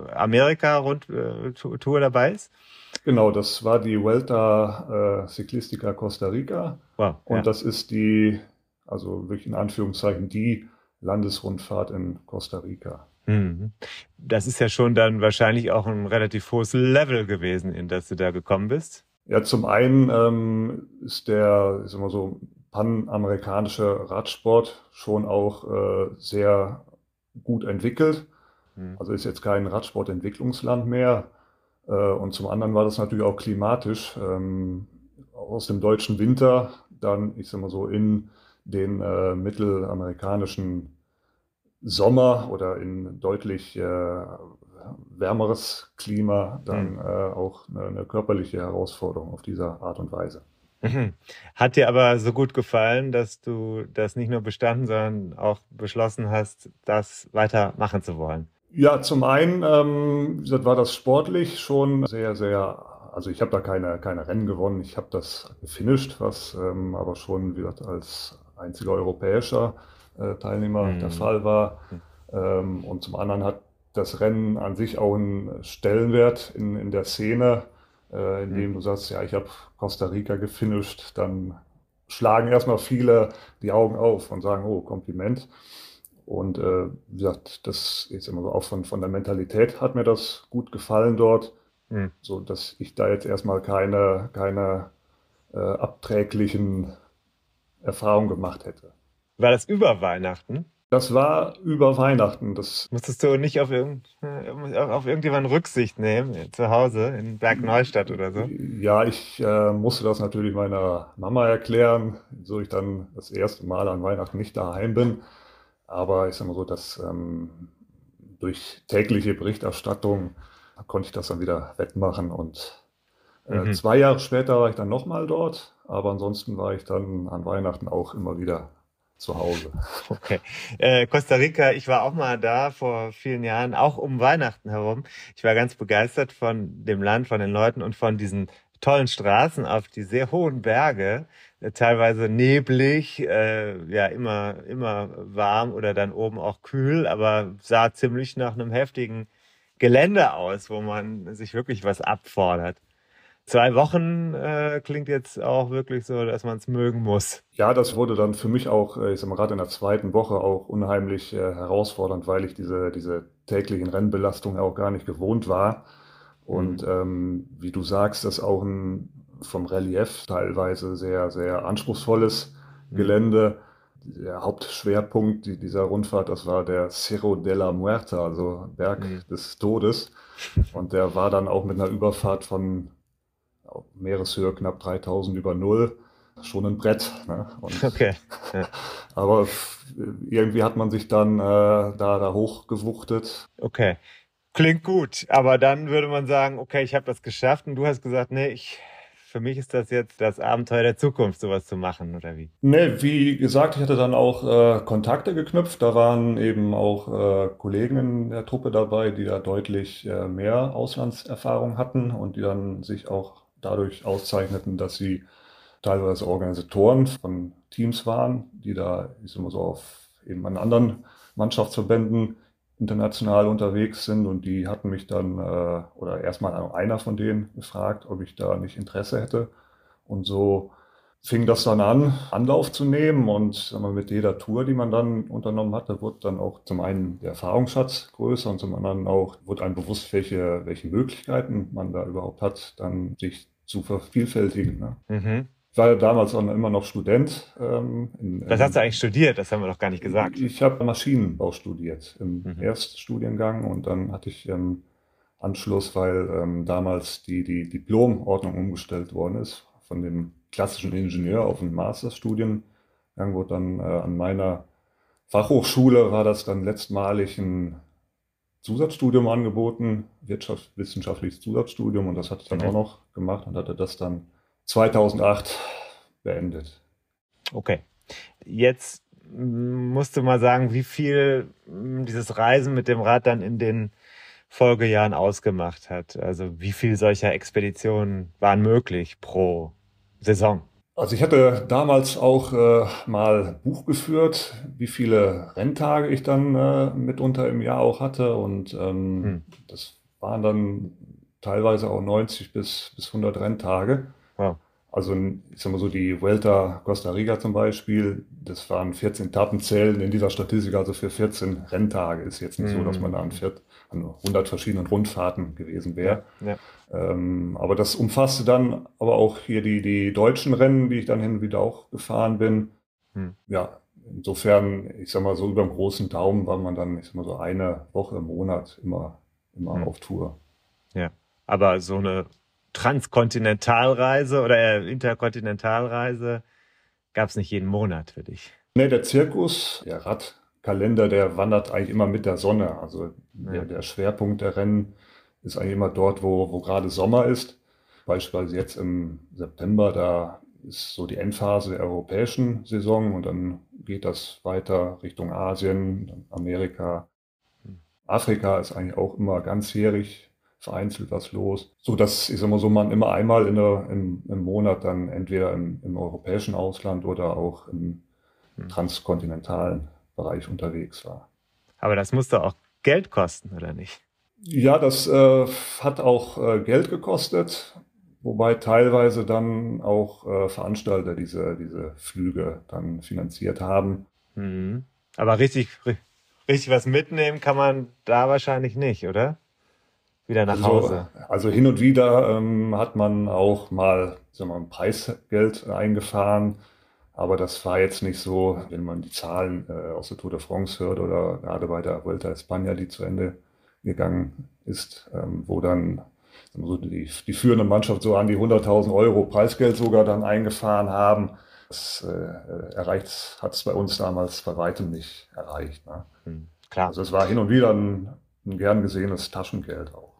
Amerika-Tour dabei ist? Genau, das war die Vuelta Ciclistica Costa Rica. Wow, und das ist also wirklich in Anführungszeichen die Landesrundfahrt in Costa Rica. Das ist ja schon dann wahrscheinlich auch ein relativ hohes Level gewesen, in das du da gekommen bist. Ja, zum einen ist der, ich sag mal so, panamerikanische Radsport schon auch sehr gut entwickelt. Also ist jetzt kein Radsportentwicklungsland mehr. Und zum anderen war das natürlich auch klimatisch. Aus dem deutschen Winter dann, ich sag mal so, in den mittelamerikanischen Sommer oder in deutlich wärmeres Klima dann auch eine körperliche Herausforderung auf diese Art und Weise. Hat dir aber so gut gefallen, dass du das nicht nur bestanden, sondern auch beschlossen hast, das weitermachen zu wollen? Ja, zum einen wie gesagt, war das sportlich schon sehr, sehr, also ich habe da keine Rennen gewonnen, ich habe das gefinisht, was aber schon, wie gesagt, als einziger europäischer Teilnehmer der Fall war. Und zum anderen hat das Rennen an sich auch einen Stellenwert in der Szene, indem du sagst, ja, ich habe Costa Rica gefinisht, dann schlagen erstmal viele die Augen auf und sagen, oh, Kompliment. Und wie gesagt, das ist immer so auch von der Mentalität hat mir das gut gefallen dort, so dass ich da jetzt erstmal keine abträglichen Erfahrungen gemacht hätte. War das über Weihnachten? Das war über Weihnachten. Musstest du nicht auf irgendjemanden Rücksicht nehmen, zu Hause in Bergneustadt oder so? Ja, ich musste das natürlich meiner Mama erklären, so ich dann das erste Mal an Weihnachten nicht daheim bin. Aber ich sag mal so, dass durch tägliche Berichterstattung konnte ich das dann wieder wettmachen. Und 2 Jahre später war ich dann nochmal dort. Aber ansonsten war ich dann an Weihnachten auch immer wieder zu Hause. Okay. Costa Rica, ich war auch mal da vor vielen Jahren, auch um Weihnachten herum. Ich war ganz begeistert von dem Land, von den Leuten und von diesen tollen Straßen auf die sehr hohen Berge, teilweise neblig, ja immer warm oder dann oben auch kühl, aber sah ziemlich nach einem heftigen Gelände aus, wo man sich wirklich was abfordert. 2 Wochen klingt jetzt auch wirklich so, dass man es mögen muss. Ja, das wurde dann für mich auch, ich sag mal, gerade in der zweiten Woche auch unheimlich herausfordernd, weil ich diese täglichen Rennbelastungen auch gar nicht gewohnt war. Und wie du sagst, das ist auch vom Relief teilweise sehr, sehr anspruchsvolles Gelände. Der Hauptschwerpunkt dieser Rundfahrt, das war der Cerro de la Muerta, also Berg des Todes. Und der war dann auch mit einer Überfahrt von Meereshöhe knapp 3000 über Null. Schon ein Brett. Ne? Okay. Ja. Aber irgendwie hat man sich dann da hochgewuchtet. Okay. Klingt gut, aber dann würde man sagen, okay, ich habe das geschafft und du hast gesagt, nee, ich für mich ist das jetzt das Abenteuer der Zukunft, sowas zu machen, oder wie? Ne, wie gesagt, ich hatte dann auch Kontakte geknüpft. Da waren eben auch Kollegen in der Truppe dabei, die da deutlich mehr Auslandserfahrung hatten und die dann sich auch dadurch auszeichneten, dass sie teilweise Organisatoren von Teams waren, die da, ich sag mal so, auf eben an anderen Mannschaftsverbänden international unterwegs sind und die hatten mich dann, oder erstmal einer von denen gefragt, ob ich da nicht Interesse hätte. Und so fing das dann an, Anlauf zu nehmen und sagen wir, mit jeder Tour, die man dann unternommen hatte, wurde dann auch zum einen der Erfahrungsschatz größer und zum anderen auch wurde einem bewusst, welche Möglichkeiten man da überhaupt hat, dann sich zu vervielfältigen. Ne? Mhm. Ich war ja damals auch immer noch Student. Was hast du eigentlich studiert? Das haben wir doch gar nicht gesagt. Ich habe Maschinenbau studiert im Erststudiengang und dann hatte ich im Anschluss, weil damals die Diplomordnung umgestellt worden ist, von dem klassischen Ingenieur auf einen Masterstudiengang, wurde dann an meiner Fachhochschule war das dann letztmalig ein Zusatzstudium angeboten, wirtschaftswissenschaftliches Zusatzstudium und das hatte ich dann auch noch gemacht und hatte das dann 2008 beendet. Okay. Jetzt musst du mal sagen, wie viel dieses Reisen mit dem Rad dann in den Folgejahren ausgemacht hat. Also wie viel solcher Expeditionen waren möglich pro Saison? Also ich hatte damals auch mal Buch geführt, wie viele Renntage ich dann mitunter im Jahr auch hatte und das waren dann teilweise auch 90 bis 100 Renntage. Wow. Also ich sag mal so, die Vuelta Costa Rica zum Beispiel, das waren 14 Etappen zählen in dieser Statistik, also für 14 Renntage. Ist jetzt nicht so, dass man da an 100 verschiedenen Rundfahrten gewesen wäre. Ja. Aber das umfasste dann aber auch hier die deutschen Rennen, die ich dann hin und wieder auch gefahren bin. Ja, insofern, ich sag mal so über dem großen Daumen war man dann, ich sag mal so eine Woche im Monat immer auf Tour. Ja, aber so eine Transkontinentalreise oder Interkontinentalreise gab es nicht jeden Monat für dich. Nee, der Zirkus, der Radkalender, der wandert eigentlich immer mit der Sonne. Also der Schwerpunkt der Rennen ist eigentlich immer dort, wo gerade Sommer ist. Beispielsweise jetzt im September, da ist so die Endphase der europäischen Saison und dann geht das weiter Richtung Asien, Amerika. Afrika ist eigentlich auch immer ganzjährig vereinzelt was los, so dass ich sag mal so man immer einmal im Monat dann entweder im europäischen Ausland oder auch im transkontinentalen Bereich unterwegs war. Aber das muss doch auch Geld kosten, oder nicht? Ja, das hat auch Geld gekostet, wobei teilweise dann auch Veranstalter diese Flüge dann finanziert haben. Aber richtig was mitnehmen kann man da wahrscheinlich nicht, oder? Wieder nach Hause. Also hin und wieder hat man auch mal, sagen wir mal, ein Preisgeld eingefahren, aber das war jetzt nicht so, wenn man die Zahlen aus der Tour de France hört oder gerade bei der Vuelta a España, die zu Ende gegangen ist, wo dann sagen wir so, die führende Mannschaft so an die 100.000 Euro Preisgeld sogar dann eingefahren haben. Das hat es bei uns damals bei weitem nicht erreicht. Ne? Klar. Also es war hin und wieder ein gern gesehenes Taschengeld auch.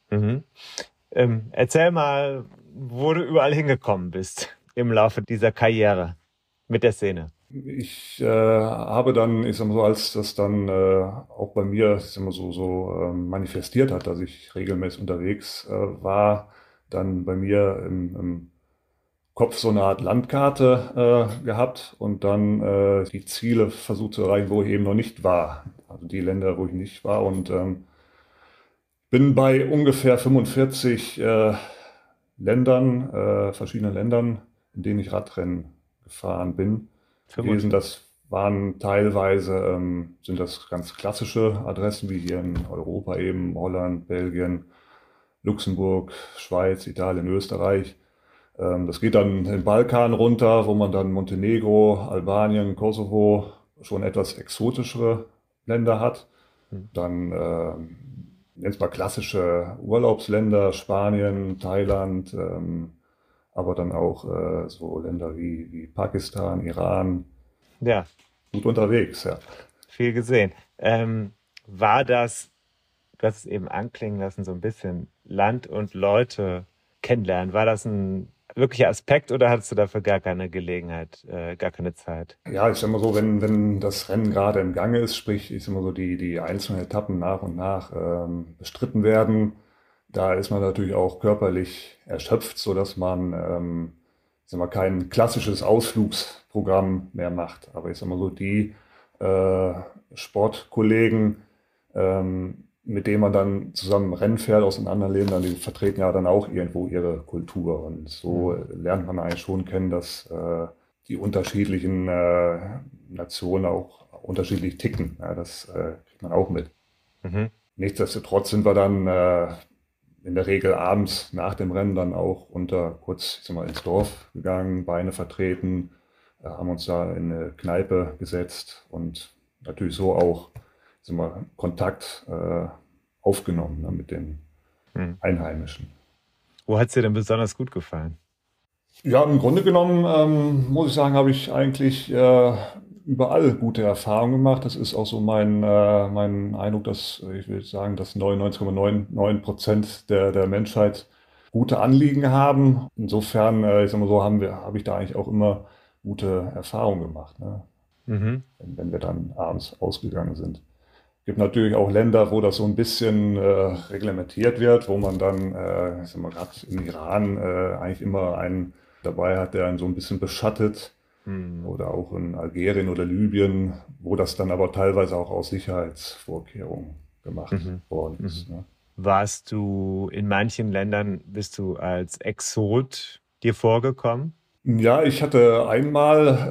Erzähl mal, wo du überall hingekommen bist im Laufe dieser Karriere mit der Szene. Ich habe dann, ich sag mal so, als das dann auch bei mir, ich sag mal so manifestiert hat, dass ich regelmäßig unterwegs war, dann bei mir im Kopf so eine Art Landkarte gehabt und dann die Ziele versucht zu erreichen, wo ich eben noch nicht war. Also die Länder, wo ich nicht war und bin bei ungefähr 45 verschiedenen Ländern, in denen ich Radrennen gefahren bin. Gewesen. Das waren teilweise, sind das ganz klassische Adressen, wie hier in Europa eben, Holland, Belgien, Luxemburg, Schweiz, Italien, Österreich. Das geht dann den Balkan runter, wo man dann Montenegro, Albanien, Kosovo, schon etwas exotischere Länder hat. Dann jetzt mal klassische Urlaubsländer, Spanien, Thailand, aber dann auch so Länder wie Pakistan, Iran. Ja. Gut unterwegs, ja. Viel gesehen. War das, du hast es eben anklingen lassen, so ein bisschen Land und Leute kennenlernen, war das ein wirklicher Aspekt oder hattest du dafür gar keine Gelegenheit, gar keine Zeit? Ja, ich sag mal so, wenn das Rennen gerade im Gange ist, sprich, ich sag mal so, die einzelnen Etappen nach und nach bestritten werden, da ist man natürlich auch körperlich erschöpft, sodass man, ich sag mal, kein klassisches Ausflugsprogramm mehr macht. Aber ich sag mal so, die Sportkollegen, mit denen man dann zusammen Rennen fährt aus den anderen Ländern, die vertreten ja dann auch irgendwo ihre Kultur. Und so lernt man eigentlich schon kennen, dass die unterschiedlichen Nationen auch unterschiedlich ticken. Ja, das kriegt man auch mit. Mhm. Nichtsdestotrotz sind wir dann in der Regel abends nach dem Rennen dann auch kurz, ich sag mal, ins Dorf gegangen, Beine vertreten, haben uns da in eine Kneipe gesetzt und natürlich so auch, ich sag mal, Kontakt aufgenommen, ne, mit den Einheimischen. Wo hat es dir denn besonders gut gefallen? Ja, im Grunde genommen, muss ich sagen, habe ich eigentlich überall gute Erfahrungen gemacht. Das ist auch so mein Eindruck, dass ich will sagen, dass 99,99% der Menschheit gute Anliegen haben. Insofern, ich sag mal so, habe ich da eigentlich auch immer gute Erfahrungen gemacht, ne? Mhm. Wenn wir dann abends ausgegangen sind. Es gibt natürlich auch Länder, wo das so ein bisschen reglementiert wird, wo man dann, ich sag mal, gerade im Iran eigentlich immer einen dabei hat, der einen so ein bisschen beschattet. Oder auch in Algerien oder Libyen, wo das dann aber teilweise auch aus Sicherheitsvorkehrungen gemacht worden ist. Ne? Warst du in manchen Ländern, bist du als Exot dir vorgekommen? Ja, ich hatte einmal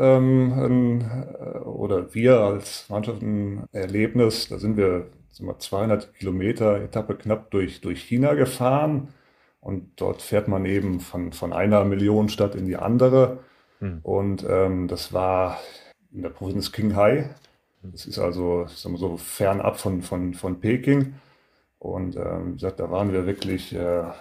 oder wir als Mannschaft ein Erlebnis, da sind wir 200 Kilometer Etappe knapp durch China gefahren und dort fährt man eben von einer Millionenstadt in die andere und das war in der Provinz Qinghai. Das ist also, ich sag mal so, fernab von Peking und wie gesagt, da waren wir wirklich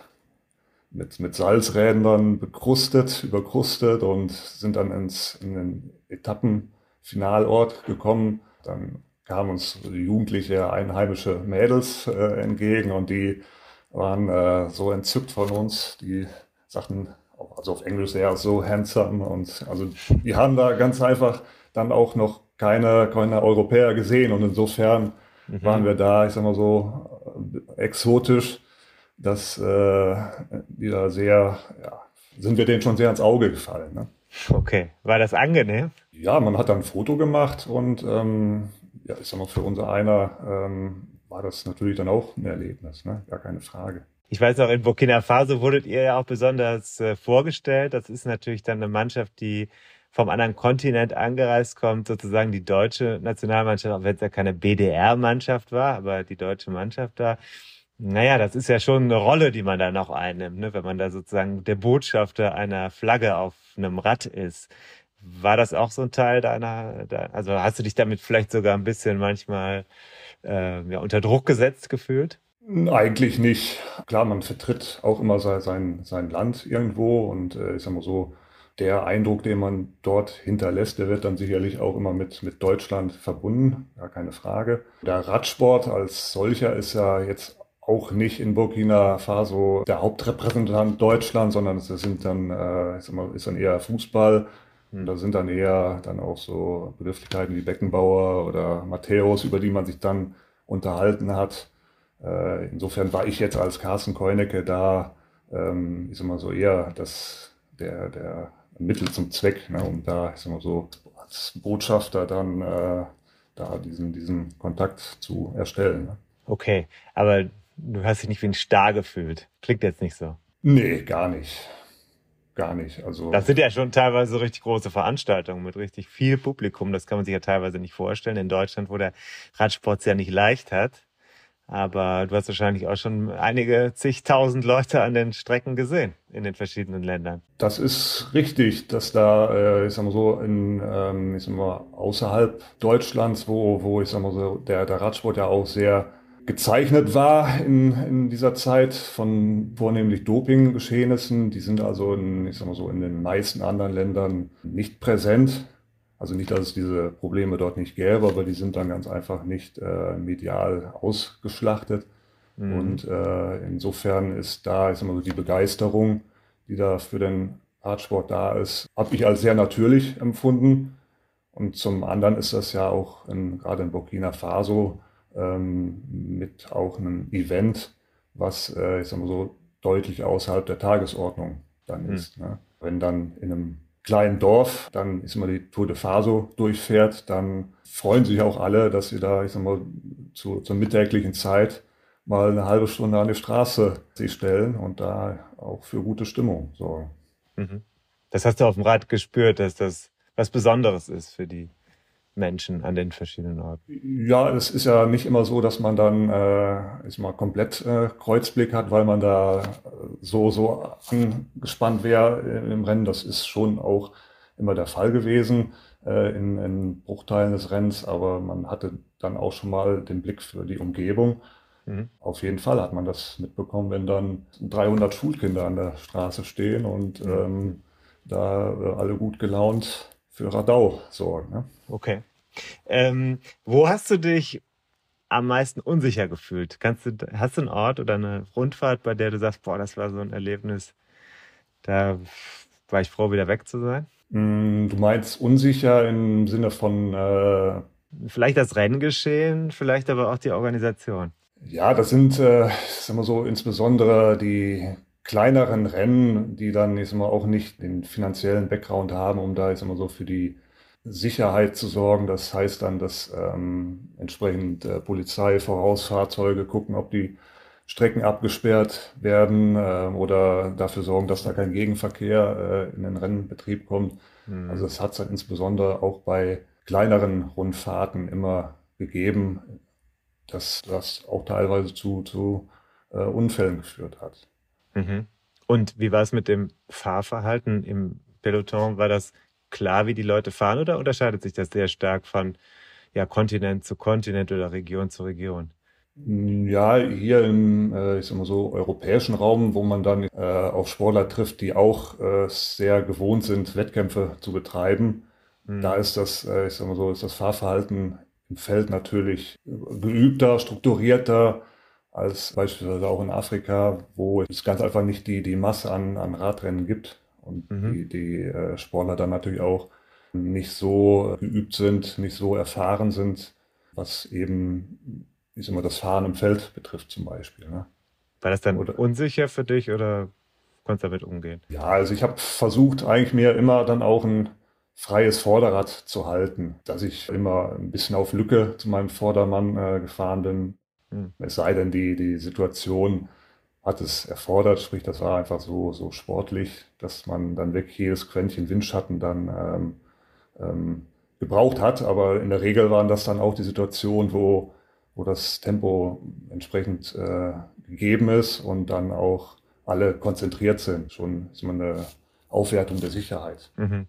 mit Salzrädern überkrustet und sind dann in den Etappenfinalort gekommen. Dann kamen uns jugendliche einheimische Mädels entgegen und die waren so entzückt von uns. Die sagten, also auf Englisch sehr so handsome und also die haben da ganz einfach dann auch noch keine Europäer gesehen und insofern waren wir da, ich sag mal so, exotisch, dass die da sehr, ja, sind wir denen schon sehr ins Auge gefallen. Ne? Okay, war das angenehm? Ja, man hat dann ein Foto gemacht und ja, ich sag mal, für unser einer war das natürlich dann auch ein Erlebnis, ne? Gar keine Frage. Ich weiß auch, in Burkina Faso wurdet ihr ja auch besonders vorgestellt. Das ist natürlich dann eine Mannschaft, die vom anderen Kontinent angereist kommt, sozusagen die deutsche Nationalmannschaft, auch wenn es ja keine BDR-Mannschaft war, aber die deutsche Mannschaft da. Naja, das ist ja schon eine Rolle, die man da noch einnimmt, ne? Wenn man da sozusagen der Botschafter einer Flagge auf einem Rad ist. War das auch so ein Teil also hast du dich damit vielleicht sogar ein bisschen manchmal ja, unter Druck gesetzt gefühlt? Eigentlich nicht. Klar, man vertritt auch immer sein Land irgendwo und ich sag mal so, der Eindruck, den man dort hinterlässt, der wird dann sicherlich auch immer mit Deutschland verbunden, gar keine Frage. Der Radsport als solcher ist ja jetzt auch nicht in Burkina Faso der Hauptrepräsentant Deutschlands, sondern es sind dann, ich sag mal, ist dann eher Fußball. Und da sind dann eher dann auch so Begrifflichkeiten wie Beckenbauer oder Matthäus, über die man sich dann unterhalten hat. Insofern war ich jetzt als Carsten Keunicke da, ich sag mal so eher der Mittel zum Zweck, ne, um da, ich sag mal so, als Botschafter dann da diesen Kontakt zu erstellen. Ne. Okay, aber du hast dich nicht wie ein Star gefühlt. Klingt jetzt nicht so. Nee, gar nicht. Gar nicht. Also, Das sind ja schon teilweise so richtig große Veranstaltungen mit richtig viel Publikum. Das kann man sich ja teilweise nicht vorstellen. In Deutschland, wo der Radsport es ja nicht leicht hat. Aber du hast wahrscheinlich auch schon einige zigtausend Leute an den Strecken gesehen in den verschiedenen Ländern. das ist richtig, dass da, ich sag mal so, ich sag mal, außerhalb Deutschlands, wo ich sag mal so, der Radsport ja auch sehr gezeichnet war in dieser Zeit von vornehmlich Dopinggeschehnissen. Die sind also ich sag mal so, in den meisten anderen Ländern nicht präsent. Also nicht, dass es diese Probleme dort nicht gäbe, aber die sind dann ganz einfach nicht medial ausgeschlachtet. Und insofern ist da, ich sag mal so, die Begeisterung, die da für den Radsport da ist, habe ich als sehr natürlich empfunden. Und zum anderen ist das ja auch gerade in Burkina Faso mit auch einem Event, was ich sag mal so deutlich außerhalb der Tagesordnung dann ist. Ne? Wenn dann in einem kleinen Dorf dann ist mal die Tour de Faso durchfährt, dann freuen sich auch alle, dass sie da, ich sag mal, zur mittäglichen Zeit mal eine halbe Stunde an die Straße sich stellen und da auch für gute Stimmung sorgen. Mhm. Das hast du auf dem Rad gespürt, dass das was Besonderes ist für die Menschen an den verschiedenen Orten. Ja, es ist ja nicht immer so, dass man dann ist mal komplett Kreuzblick hat, weil man da so angespannt wäre im Rennen. Das ist schon auch immer der Fall gewesen in Bruchteilen des Rennens, aber man hatte dann auch schon mal den Blick für die Umgebung. Auf jeden Fall hat man das mitbekommen, wenn dann 300 Schulkinder an der Straße stehen und da alle gut gelaunt für Radau sorgen. Ne? Okay. Wo hast du dich am meisten unsicher gefühlt? Hast du einen Ort oder eine Rundfahrt, bei der du sagst, boah, das war so ein Erlebnis, da war ich froh, wieder weg zu sein? Du meinst unsicher im Sinne von Vielleicht das Renngeschehen, vielleicht aber auch die Organisation. ja, das sind, sagen wir so, insbesondere die kleineren Rennen, die dann, ich sag mal, auch nicht den finanziellen Background haben, um da, ich sag mal so, für die Sicherheit zu sorgen. Das heißt dann, dass entsprechend Polizei, Vorausfahrzeuge gucken, ob die Strecken abgesperrt werden oder dafür sorgen, dass da kein Gegenverkehr in den Rennbetrieb kommt. Also es hat es dann insbesondere auch bei kleineren Rundfahrten immer gegeben, dass das auch teilweise zu Unfällen geführt hat. Mhm. Und wie war es mit dem Fahrverhalten im Peloton? War das klar, wie die Leute fahren, oder unterscheidet sich das sehr stark von Kontinent zu Kontinent oder Region zu Region? Ja, hier im, ich sag mal so, europäischen Raum, wo man dann auf Sportler trifft, die auch sehr gewohnt sind, Wettkämpfe zu betreiben, da ist das, ich sag mal so, ist das Fahrverhalten im Feld natürlich geübter, strukturierter als beispielsweise auch in Afrika, wo es ganz einfach nicht die Masse an Radrennen gibt und die Sportler dann natürlich auch nicht so geübt sind, nicht so erfahren sind, was eben, ich sag mal, das Fahren im Feld betrifft zum Beispiel. Ne? War das dann Oder, unsicher für dich oder konntest du damit umgehen? ja, also ich habe versucht, eigentlich mir immer dann auch ein freies Vorderrad zu halten, dass ich immer ein bisschen auf Lücke zu meinem Vordermann gefahren bin. Es sei denn, die Situation hat es erfordert, sprich, das war einfach so sportlich, dass man dann wirklich jedes Quäntchen Windschatten dann gebraucht hat. Aber in der Regel waren das dann auch die Situationen, wo das Tempo entsprechend gegeben ist und dann auch alle konzentriert sind. Schon ist man eine Aufwertung der Sicherheit.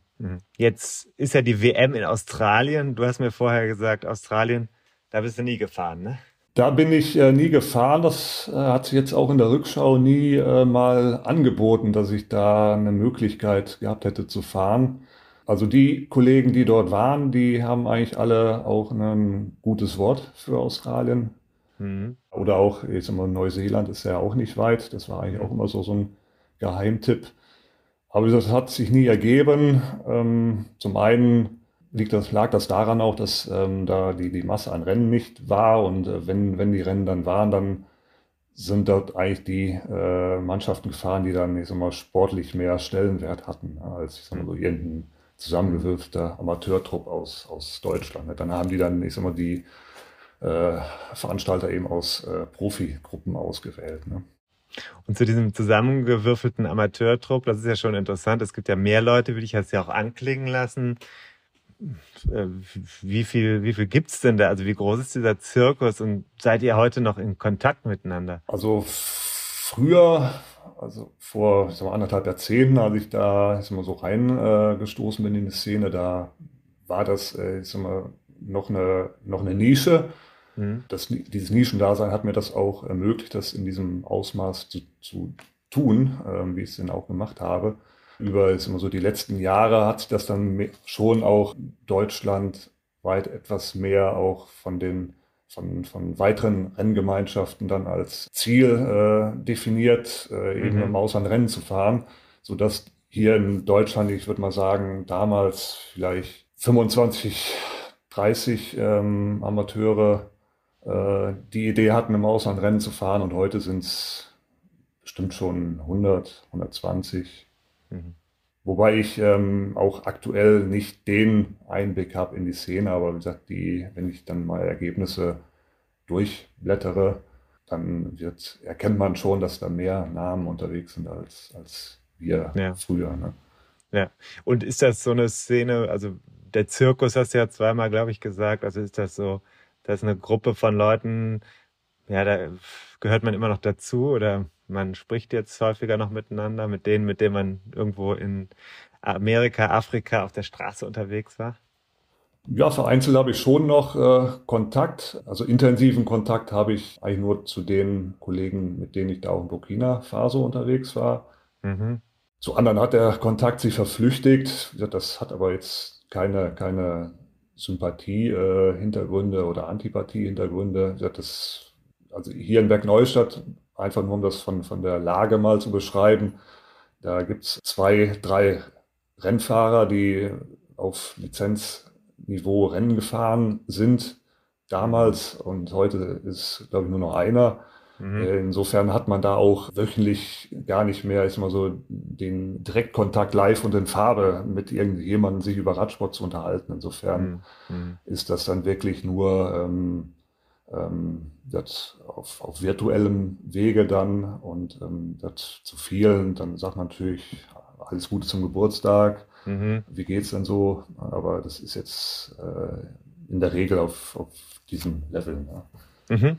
Jetzt ist ja die WM in Australien. Du hast mir vorher gesagt, Australien, da bist du nie gefahren, ne? Da bin ich nie gefahren. Das hat sich jetzt auch in der Rückschau nie mal angeboten, dass ich da eine Möglichkeit gehabt hätte zu fahren. Also die Kollegen, die dort waren, die haben eigentlich alle auch ein gutes Wort für Australien. Oder auch, ich sag mal, Neuseeland ist ja auch nicht weit. Das war eigentlich auch immer so ein Geheimtipp. Aber das hat sich nie ergeben. Zum einen lag das daran auch, dass da die Masse an Rennen nicht war. Und wenn die Rennen dann waren, dann sind dort eigentlich die Mannschaften gefahren, die dann, ich sag mal, sportlich mehr Stellenwert hatten, als, ich sag mal, so irgendein zusammengewürfelter Amateurtrupp aus Deutschland. Dann haben die dann, ich sag mal, die Veranstalter eben aus Profigruppen ausgewählt. Ne? Und zu diesem zusammengewürfelten Amateurtrupp, das ist ja schon interessant. Es gibt ja mehr Leute, wie dich hast ja auch anklingen lassen. Wie viel gibt's denn da? Also wie groß ist dieser Zirkus und seid ihr heute noch in Kontakt miteinander? Also früher, also vor, ich sag mal, 1,5 Jahrzehnten, als ich da, ich sag mal, so reingestoßen bin in die Szene, da war das, ich sag mal, noch eine Nische. Dieses Nischendasein hat mir das auch ermöglicht, das in diesem Ausmaß zu tun, wie ich es denn auch gemacht habe. Über ist immer so die letzten Jahre hat sich das dann schon auch deutschlandweit etwas mehr auch von weiteren Renngemeinschaften dann als Ziel definiert, eben im Ausland Rennen zu fahren, sodass hier in Deutschland, ich würde mal sagen, damals vielleicht 25, 30 Amateure die Idee hatten, im Ausland Rennen zu fahren, und heute sind es bestimmt schon 100, 120. Mhm. Wobei ich auch aktuell nicht den Einblick habe in die Szene, aber wie gesagt, wenn ich dann mal Ergebnisse durchblättere, dann erkennt man schon, dass da mehr Namen unterwegs sind als wir Ja, früher. Ne? ja. Und ist das so eine Szene, also der Zirkus hast du ja zweimal, glaube ich, gesagt, also ist das so, das ist eine Gruppe von Leuten, ja, da gehört man immer noch dazu oder man spricht jetzt häufiger noch miteinander, mit denen man irgendwo in Amerika, Afrika auf der Straße unterwegs war? Ja, vereinzelt habe ich schon noch Kontakt. Also intensiven Kontakt habe ich eigentlich nur zu den Kollegen, mit denen ich da auch in Burkina Faso unterwegs war. Mhm. Zu anderen hat der Kontakt sich verflüchtigt. Wie gesagt, das hat aber jetzt keine Sympathie-Hintergründe oder Antipathie-Hintergründe. Wie gesagt, also hier in Bergneustadt, einfach nur um das von der Lage mal zu beschreiben, da gibt es 2, 3 Rennfahrer, die auf Lizenzniveau Rennen gefahren sind damals, und heute ist, glaube ich, nur noch einer. Mhm. Insofern hat man da auch wöchentlich gar nicht mehr, ist mal so, den Direktkontakt live und in Farbe mit irgendjemandem sich über Radsport zu unterhalten. Insofern Mhm. Mhm. ist das dann wirklich nur das auf virtuellem Wege dann, und das zu vielen, dann sagt man natürlich alles Gute zum Geburtstag, Mhm. wie geht's denn so? Aber das ist jetzt in der Regel auf diesem Level. Ne? Mhm.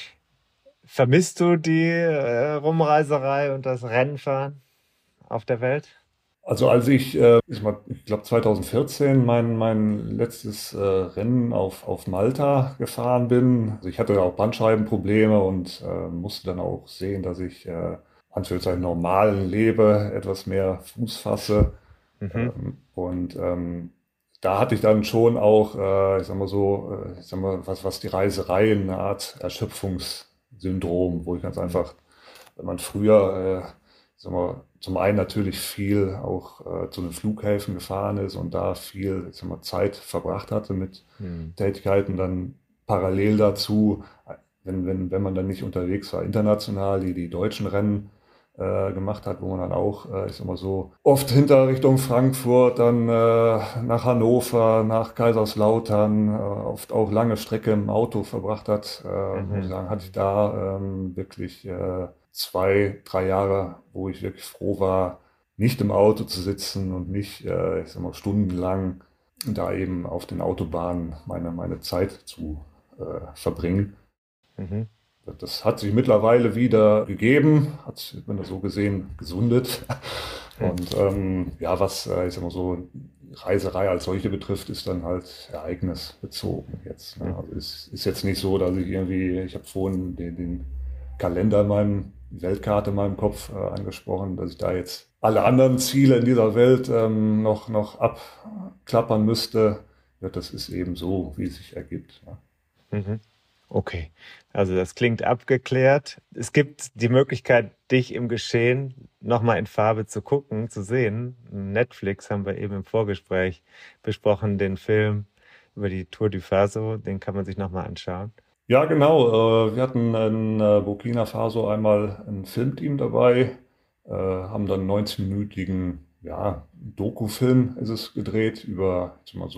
Vermisst du die Rumreiserei und das Rennfahren auf der Welt? Also als ich glaube 2014 mein letztes Rennen auf Malta gefahren bin, also ich hatte auch Bandscheibenprobleme und musste dann auch sehen, dass ich Anführungszeichen normalen lebe, etwas mehr Fuß fasse. Mhm. Und da hatte ich dann schon auch, ich sag mal so, ich sag mal, was die Reiserei, eine Art Erschöpfungssyndrom, wo ich ganz Mhm. einfach, wenn man früher, ich sag mal, zum einen natürlich viel auch zu den Flughäfen gefahren ist und da viel, ich sag mal, Zeit verbracht hatte mit Mhm. Tätigkeiten, dann parallel dazu, wenn man dann nicht unterwegs war, international, die deutschen Rennen gemacht hat, wo man dann auch, ich sag mal so, oft hinter Richtung Frankfurt, dann nach Hannover, nach Kaiserslautern, oft auch lange Strecke im Auto verbracht hat, muss ich Mhm. sagen, hatte ich Mhm. da wirklich 2, 3 Jahre, wo ich wirklich froh war, nicht im Auto zu sitzen und nicht, ich sag mal, stundenlang da eben auf den Autobahnen meine Zeit zu verbringen. Mhm. Das hat sich mittlerweile wieder gegeben, hat, wenn das so gesehen, gesundet. Mhm. Und ja, was, ich sag mal so, Reiserei als solche betrifft, ist dann halt ereignisbezogen jetzt. Ne? Mhm. Also es ist jetzt nicht so, dass ich habe vorhin den Kalender in die Weltkarte in meinem Kopf angesprochen, dass ich da jetzt alle anderen Ziele in dieser Welt noch abklappern müsste. Ja, das ist eben so, wie es sich ergibt. Ne? Mhm. Okay, also das klingt abgeklärt. Es gibt die Möglichkeit, dich im Geschehen nochmal in Farbe zu gucken, zu sehen. Netflix haben wir eben im Vorgespräch besprochen, den Film über die Tour du Faso, den kann man sich nochmal anschauen. Ja, genau. Wir hatten in Burkina Faso einmal ein Filmteam dabei, haben dann einen 90-minütigen, ja, Dokufilm ist es gedreht über, jetzt mal so,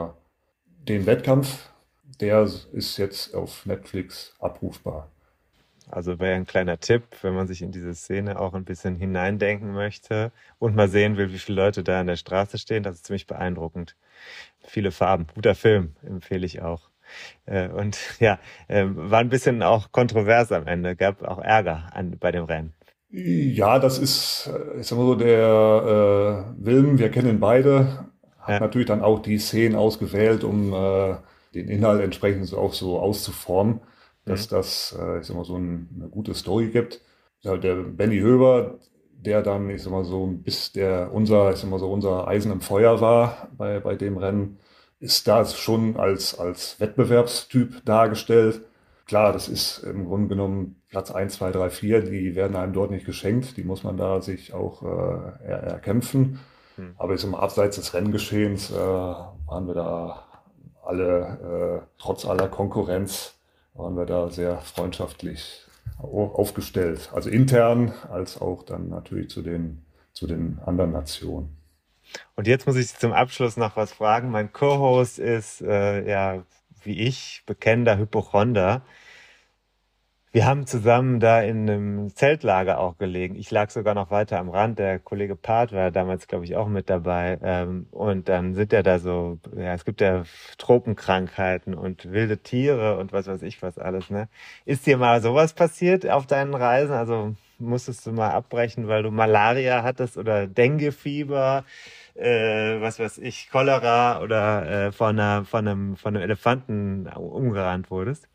den Wettkampf. Der ist jetzt auf Netflix abrufbar. Also wäre ein kleiner Tipp, wenn man sich in diese Szene auch ein bisschen hineindenken möchte und mal sehen will, wie viele Leute da an der Straße stehen. Das ist ziemlich beeindruckend. Viele Farben. Guter Film, empfehle ich auch. Und ja, war ein bisschen auch kontrovers am Ende, gab auch Ärger bei dem Rennen. Ja, das ist, ich sag mal so, der Wilm, wir kennen ihn beide, hat Ja. natürlich dann auch die Szenen ausgewählt, um den Inhalt entsprechend so auch so auszuformen, Hm. dass das, ich sag mal, so eine gute Story gibt. Ja, der Benny Höber, der dann, ich sag mal so, ich sag mal so, unser Eisen im Feuer war bei dem Rennen, ist da schon als Wettbewerbstyp dargestellt. Klar, das ist im Grunde genommen Platz 1, 2, 3, 4, die werden einem dort nicht geschenkt, die muss man da sich auch erkämpfen. Hm. Aber jetzt im Abseits des Renngeschehens waren wir da alle, trotz aller Konkurrenz, waren wir da sehr freundschaftlich aufgestellt. Also intern als auch dann natürlich zu den anderen Nationen. Und jetzt muss ich zum Abschluss noch was fragen. Mein Co-Host ist, ja, wie ich, bekennender Hypochonder. Wir haben zusammen da in einem Zeltlager auch gelegen. Ich lag sogar noch weiter am Rand. Der Kollege Part war damals, glaube ich, auch mit dabei. Und dann sind ja da so, ja, es gibt ja Tropenkrankheiten und wilde Tiere und was weiß ich was alles, ne? Ist dir mal sowas passiert auf deinen Reisen? Also musstest du mal abbrechen, weil du Malaria hattest oder Denguefieber, was weiß ich, Cholera oder von einem Elefanten umgerannt wurdest?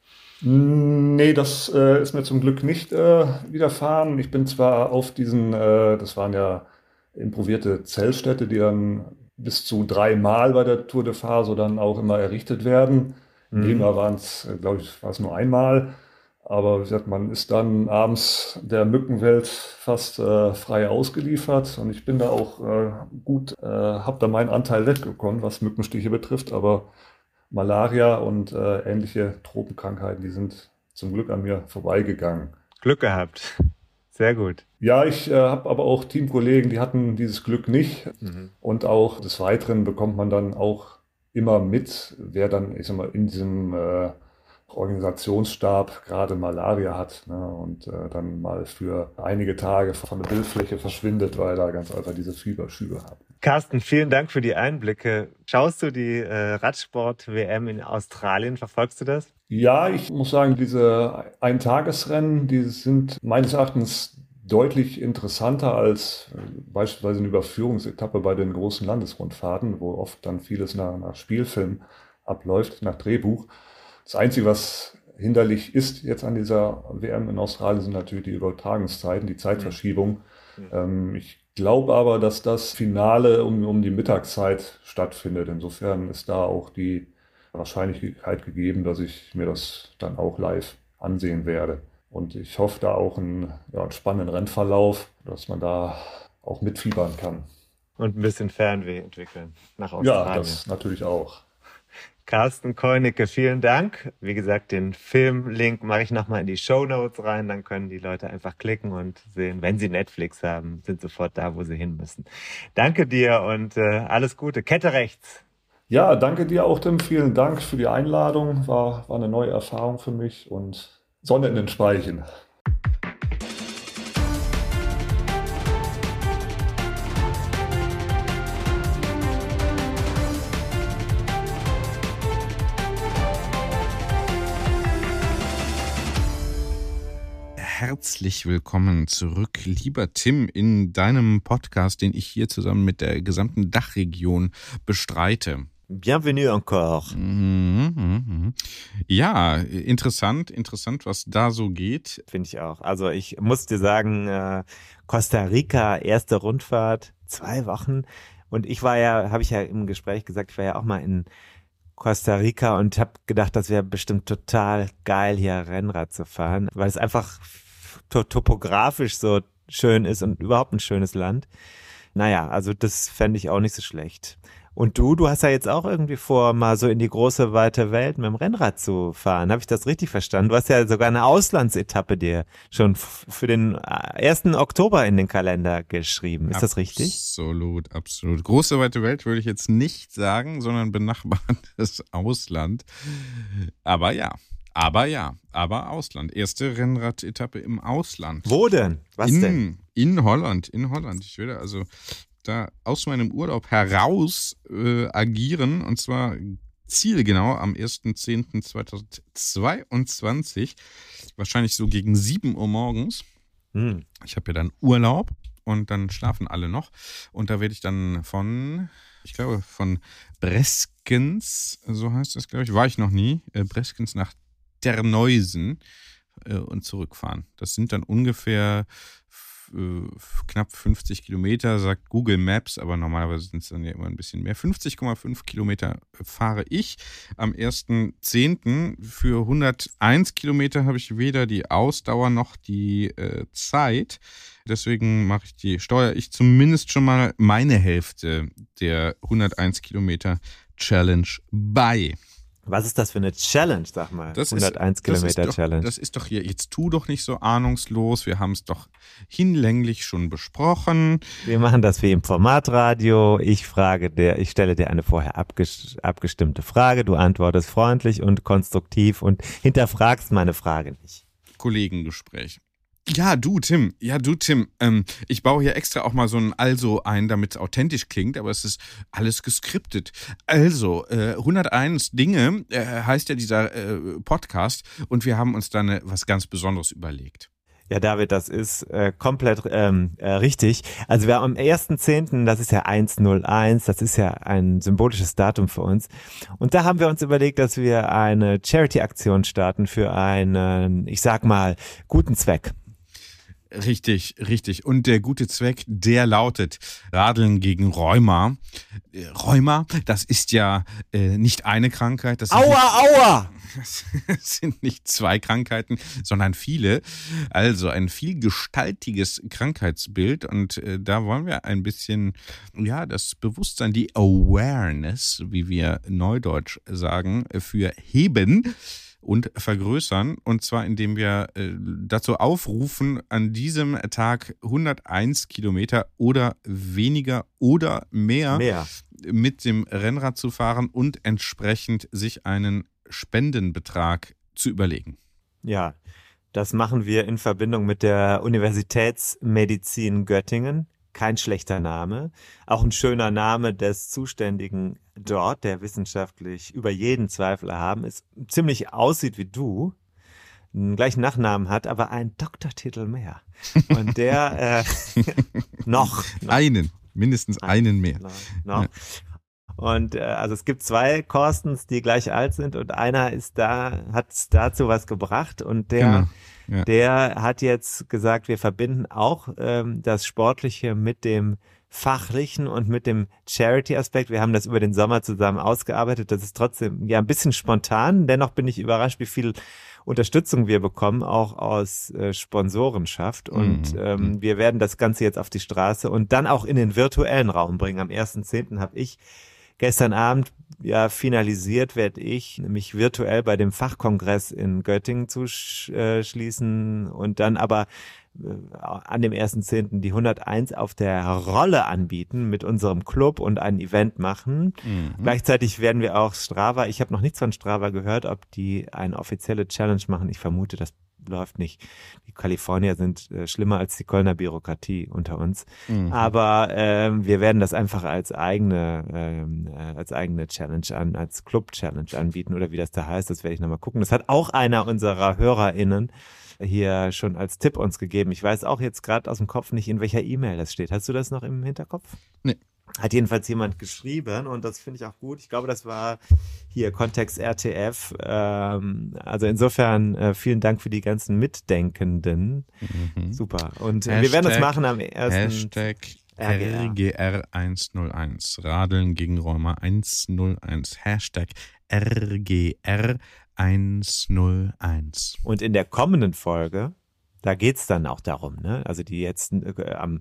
Nee, das ist mir zum Glück nicht widerfahren. Ich bin zwar auf das waren ja improvierte Zeltstädte, die dann bis zu 3-mal bei der Tour de Faso dann auch immer errichtet werden. In dem Jahr waren es, glaube ich, war es nur einmal. Aber wie gesagt, man ist dann abends der Mückenwelt fast frei ausgeliefert. Und ich bin da auch habe da meinen Anteil wegbekommen, was Mückenstiche betrifft. Aber Malaria und ähnliche Tropenkrankheiten, die sind zum Glück an mir vorbeigegangen. Glück gehabt. Sehr gut. Ja, ich habe aber auch Teamkollegen, die hatten dieses Glück nicht. Und auch des Weiteren bekommt man dann auch immer mit, wer dann, ich sag mal, in diesem Organisationsstab gerade Malaria hat, ne, und dann mal für einige Tage von der Bildfläche verschwindet, weil er ganz einfach diese Fieberschübe hat. Carsten, vielen Dank für die Einblicke. Schaust du die Radsport-WM in Australien? Verfolgst du das? Ja, ich muss sagen, diese Eintagesrennen, die sind meines Erachtens deutlich interessanter als beispielsweise eine Überführungsetappe bei den großen Landesrundfahrten, wo oft dann vieles nach Spielfilm abläuft, nach Drehbuch. Das Einzige, was hinderlich ist jetzt an dieser WM in Australien, sind natürlich die Übertragungszeiten, die Zeitverschiebung. Ich glaube aber, dass das Finale um die Mittagszeit stattfindet. Insofern ist da auch die Wahrscheinlichkeit gegeben, dass ich mir das dann auch live ansehen werde. Und ich hoffe da auch einen spannenden Rennverlauf, dass man da auch mitfiebern kann. Und ein bisschen Fernweh entwickeln nach Australien. Ja, das natürlich auch. Carsten Keunicke, vielen Dank. Wie gesagt, den Filmlink mache ich nochmal in die Shownotes rein. Dann können die Leute einfach klicken und sehen, wenn sie Netflix haben, sind sofort da, wo sie hin müssen. Danke dir und alles Gute. Kette rechts. Ja, danke dir auch, Tim. Vielen Dank für die Einladung. War eine neue Erfahrung für mich und Sonne in den Speichen. Herzlich willkommen zurück, lieber Tim, in deinem Podcast, den ich hier zusammen mit der gesamten Dachregion bestreite. Bienvenue encore. Ja, interessant, was da so geht. Finde ich auch. Also ich muss dir sagen, Costa Rica, erste Rundfahrt, 2 Wochen. Und habe ich ja im Gespräch gesagt, ich war ja auch mal in Costa Rica und habe gedacht, das wäre bestimmt total geil, hier Rennrad zu fahren, weil es einfach topografisch so schön ist und überhaupt ein schönes Land. Naja, also das fände ich auch nicht so schlecht. Und du hast ja jetzt auch irgendwie vor, mal so in die große, weite Welt mit dem Rennrad zu fahren. Habe ich das richtig verstanden? Du hast ja sogar eine Auslandsetappe dir schon für den 1. Oktober in den Kalender geschrieben. Ist das richtig? Absolut. Große, weite Welt würde ich jetzt nicht sagen, sondern benachbartes Ausland. Aber Ausland. Erste Rennrad-Etappe im Ausland. Wo denn? Was denn? In Holland. Ich werde also da aus meinem Urlaub heraus agieren, und zwar zielgenau am 1.10.2022, wahrscheinlich so gegen 7 Uhr morgens. Ich habe ja dann Urlaub und dann schlafen alle noch, und da werde ich dann von Breskens, so heißt das, glaube ich, war ich noch nie, Breskens nach Terneuzen und zurückfahren. Das sind dann ungefähr knapp 50 Kilometer, sagt Google Maps, aber normalerweise sind es dann ja immer ein bisschen mehr. 50,5 Kilometer fahre ich am 1.10. Für 101 Kilometer habe ich weder die Ausdauer noch die Zeit. Deswegen steuere ich zumindest schon mal meine Hälfte der 101 Kilometer Challenge bei. Was ist das für eine Challenge, sag mal? 101 Kilometer Challenge. Das ist doch hier, jetzt tu doch nicht so ahnungslos. Wir haben es doch hinlänglich schon besprochen. Wir machen das wie im Formatradio. Ich stelle dir eine vorher abgestimmte Frage. Du antwortest freundlich und konstruktiv und hinterfragst meine Frage nicht. Kollegengespräch. Ja, du Tim. Ich baue hier extra auch mal so ein Also ein, damit es authentisch klingt, aber es ist alles geskriptet. Also, 101 Dinge heißt ja dieser Podcast und wir haben uns dann was ganz Besonderes überlegt. Ja, David, das ist komplett richtig. Also wir haben am 1.10., das ist ja 101, das ist ja ein symbolisches Datum für uns. Und da haben wir uns überlegt, dass wir eine Charity-Aktion starten für einen, ich sag mal, guten Zweck. Richtig. Und der gute Zweck, der lautet Radeln gegen Rheuma. Rheuma, das ist ja nicht eine Krankheit. Aua! Das sind nicht zwei Krankheiten, sondern viele. Also ein vielgestaltiges Krankheitsbild. Und da wollen wir ein bisschen, das Bewusstsein, die Awareness, wie wir neudeutsch sagen, für heben und vergrößern, und zwar indem wir dazu aufrufen, an diesem Tag 101 Kilometer oder weniger oder mehr mit dem Rennrad zu fahren und entsprechend sich einen Spendenbetrag zu überlegen. Ja, das machen wir in Verbindung mit der Universitätsmedizin Göttingen. Kein schlechter Name, auch ein schöner Name des Zuständigen dort, der wissenschaftlich über jeden Zweifel erhaben ist, ziemlich aussieht wie du, einen gleichen Nachnamen hat, aber einen Doktortitel mehr. Und der mindestens einen mehr. Noch. Ja. Und also es gibt zwei Korstens, die gleich alt sind, und einer hat dazu was gebracht, und der hat jetzt gesagt, wir verbinden auch das Sportliche mit dem Fachlichen und mit dem Charity-Aspekt. Wir haben das über den Sommer zusammen ausgearbeitet. Das ist trotzdem ein bisschen spontan. Dennoch bin ich überrascht, wie viel Unterstützung wir bekommen, auch aus Sponsorenschaft. Und wir werden das Ganze jetzt auf die Straße und dann auch in den virtuellen Raum bringen. Am 1.10. habe ich gestern Abend finalisiert, werde ich mich virtuell bei dem Fachkongress in Göttingen zuschließen und dann aber an dem 1.10. die 101 auf der Rolle anbieten mit unserem Club und ein Event machen. Gleichzeitig werden wir auch Strava, ich habe noch nichts von Strava gehört, ob die eine offizielle Challenge machen. Ich vermute, das läuft nicht. Die Kalifornier sind schlimmer als die Kölner Bürokratie unter uns. Aber wir werden das einfach als eigene Challenge als Club-Challenge anbieten, oder wie das da heißt. Das werde ich nochmal gucken. Das hat auch einer unserer HörerInnen hier schon als Tipp uns gegeben. Ich weiß auch jetzt gerade aus dem Kopf nicht, in welcher E-Mail das steht. Hast du das noch im Hinterkopf? Nee. Hat jedenfalls jemand geschrieben, und das finde ich auch gut. Ich glaube, das war hier Kontext RTF. Also insofern vielen Dank für die ganzen Mitdenkenden. Super. Und wir werden das machen am 1. RGR101. Radeln gegen Rheuma 101. RGR101. Und in der kommenden Folge, da geht's dann auch darum, ne? Also die jetzt am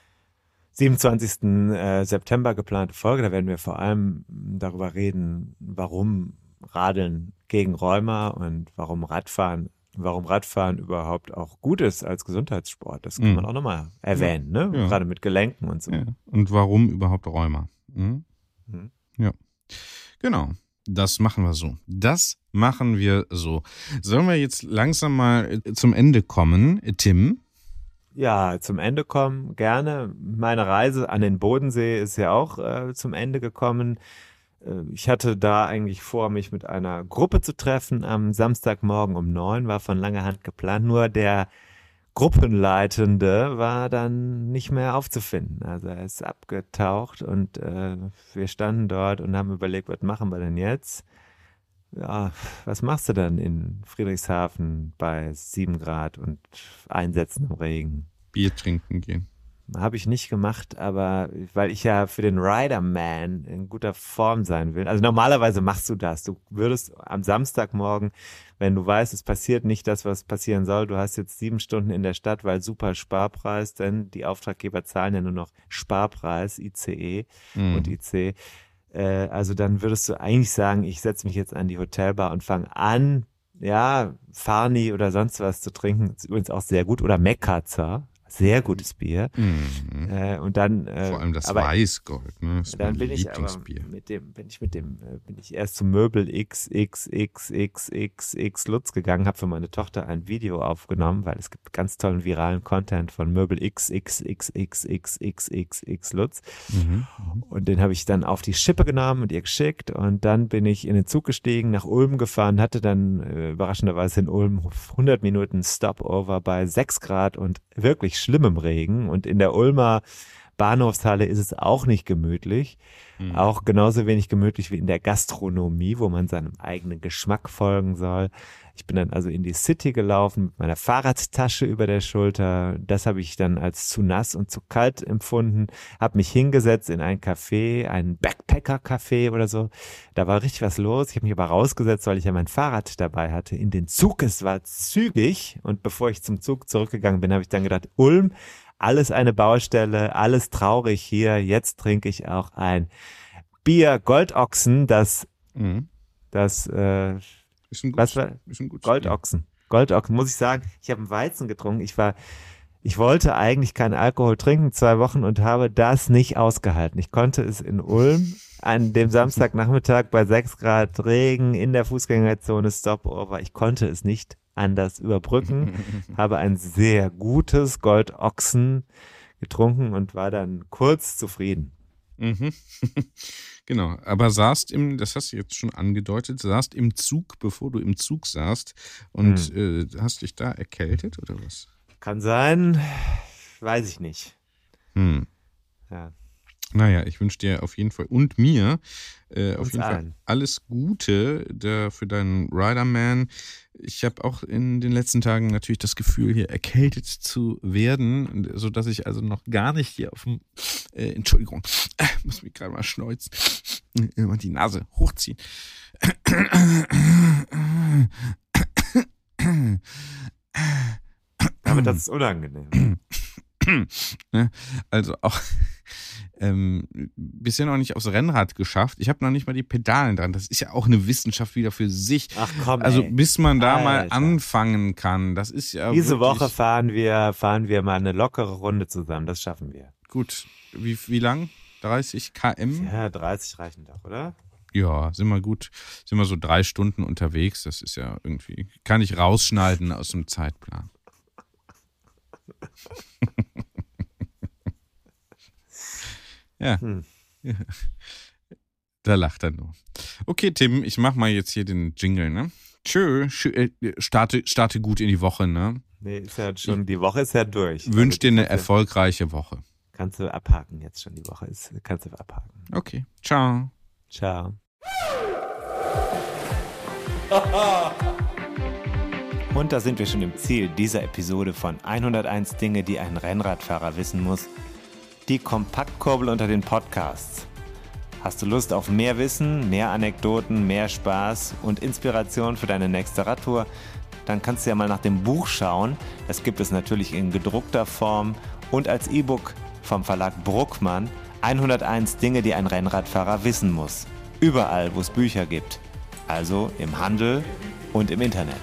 27. September geplante Folge, da werden wir vor allem darüber reden, warum Radeln gegen Rheuma und warum Radfahren überhaupt auch gut ist als Gesundheitssport. Das kann man auch nochmal erwähnen, ne? Ja. Gerade mit Gelenken und so. Ja. Und warum überhaupt Rheuma? Ja, genau. Das machen wir so. Sollen wir jetzt langsam mal zum Ende kommen, Tim? Ja, zum Ende kommen, gerne. Meine Reise an den Bodensee ist ja auch zum Ende gekommen. Ich hatte da eigentlich vor, mich mit einer Gruppe zu treffen am Samstagmorgen um 9, war von langer Hand geplant. Nur der Gruppenleitende war dann nicht mehr aufzufinden. Also er ist abgetaucht, und wir standen dort und haben überlegt, was machen wir denn jetzt? Ja, was machst du dann in Friedrichshafen bei 7 Grad und einsetzendem Regen? Bier trinken gehen. Habe ich nicht gemacht, aber weil ich ja für den Riderman in guter Form sein will. Also normalerweise machst du das. Du würdest am Samstagmorgen, wenn du weißt, es passiert nicht das, was passieren soll, du hast jetzt 7 Stunden in der Stadt, weil super Sparpreis, denn die Auftraggeber zahlen ja nur noch Sparpreis, ICE und IC. Also dann würdest du eigentlich sagen, ich setze mich jetzt an die Hotelbar und fange an, ja, Farni oder sonst was zu trinken. Ist übrigens auch sehr gut. Oder Mekkaza. Sehr gutes Bier. Und dann vor allem das Weißgold, ne? Das ist dann mein bin ich aber Lieblingsbier. bin ich erst zum Möbel XXXXXX Lutz gegangen, habe für meine Tochter ein Video aufgenommen, weil es gibt ganz tollen viralen Content von Möbel XXXXXXXX Lutz. Und den habe ich dann auf die Schippe genommen und ihr geschickt und dann bin ich in den Zug gestiegen, nach Ulm gefahren, hatte dann überraschenderweise in Ulm 100 Minuten Stopover bei 6 Grad und wirklich schlimmem Regen und in der Ulmer Bahnhofshalle ist es auch nicht gemütlich, auch genauso wenig gemütlich wie in der Gastronomie, wo man seinem eigenen Geschmack folgen soll. Ich bin dann also in die City gelaufen mit meiner Fahrradtasche über der Schulter. Das habe ich dann als zu nass und zu kalt empfunden, habe mich hingesetzt in ein Café, ein Backpacker-Café oder so. Da war richtig was los. Ich habe mich aber rausgesetzt, weil ich ja mein Fahrrad dabei hatte, in den Zug. Es war zügig und bevor ich zum Zug zurückgegangen bin, habe ich dann gedacht, Ulm, alles eine Baustelle, alles traurig hier. Jetzt trinke ich auch ein Bier Goldochsen, das Ist ein was war? Ist ein gutes Goldochsen. Goldochsen, muss ich sagen. Ich habe einen Weizen getrunken. Ich wollte eigentlich keinen Alkohol trinken, 2 Wochen und habe das nicht ausgehalten. Ich konnte es in Ulm an dem Samstagnachmittag bei 6 Grad Regen in der Fußgängerzone Stopover. Ich konnte es nicht anders überbrücken. Habe ein sehr gutes Goldochsen getrunken und war dann kurz zufrieden. Genau, aber das hast du jetzt schon angedeutet, saßt im Zug, bevor du im Zug saßt und hast dich da erkältet oder was? Kann sein, weiß ich nicht. Ja. Naja, ich wünsche dir auf jeden Fall und mir auf jeden Fall allen alles Gute für deinen Riderman. Ich habe auch in den letzten Tagen natürlich das Gefühl, hier erkältet zu werden, sodass ich also noch gar nicht hier auf dem, Entschuldigung, muss mich gerade mal schneuzen, immer die Nase hochziehen. Aber das ist unangenehm. Also auch bisher noch nicht aufs Rennrad geschafft. Ich habe noch nicht mal die Pedalen dran. Das ist ja auch eine Wissenschaft wieder für sich. Ach komm, also ey. bis man da mal Alter. anfangen kann, das ist ja Diese wirklich Woche fahren wir mal eine lockere Runde zusammen. Das schaffen wir. gut. Wie lang? 30 km? Ja, 30 reichen doch, oder? Ja, sind wir gut. Sind wir so 3 Stunden unterwegs. Das ist ja irgendwie, kann ich rausschneiden aus dem Zeitplan. Ja. Ja. Da lacht er nur. Okay, Tim, ich mach mal jetzt hier den Jingle, ne? Tschö, starte gut in die Woche, ne? Nee, ist ja schon, die Woche ist ja durch. Wünsch dir eine Kannst du- erfolgreiche Woche. Kannst du abhaken jetzt schon, die Woche ist, kannst du abhaken. Okay, ciao. Ciao. Und da sind wir schon im Ziel dieser Episode von 101 Dinge, die ein Rennradfahrer wissen muss. Die Kompaktkurbel unter den Podcasts. Hast du Lust auf mehr Wissen, mehr Anekdoten, mehr Spaß und Inspiration für deine nächste Radtour? Dann kannst du ja mal nach dem Buch schauen. Das gibt es natürlich in gedruckter Form und als E-Book vom Verlag Bruckmann. 101 Dinge, die ein Rennradfahrer wissen muss. Überall, wo es Bücher gibt. Also im Handel und im Internet.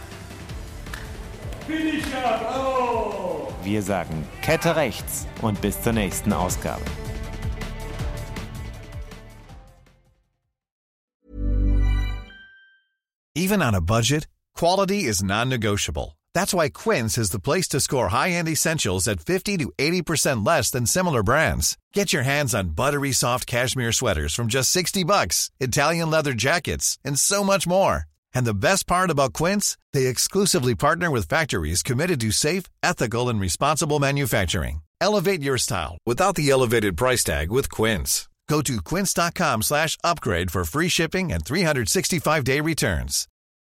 Wir sagen Kette rechts und bis zur nächsten Ausgabe. Even on a budget, quality is non-negotiable. That's why Quince is the place to score high-end essentials at 50 to 80% less than similar brands. Get your hands on buttery soft cashmere sweaters from just $60, Italian leather jackets, and so much more. And the best part about Quince, they exclusively partner with factories committed to safe, ethical, and responsible manufacturing. Elevate your style without the elevated price tag with Quince. Go to quince.com/upgrade for free shipping and 365-day returns.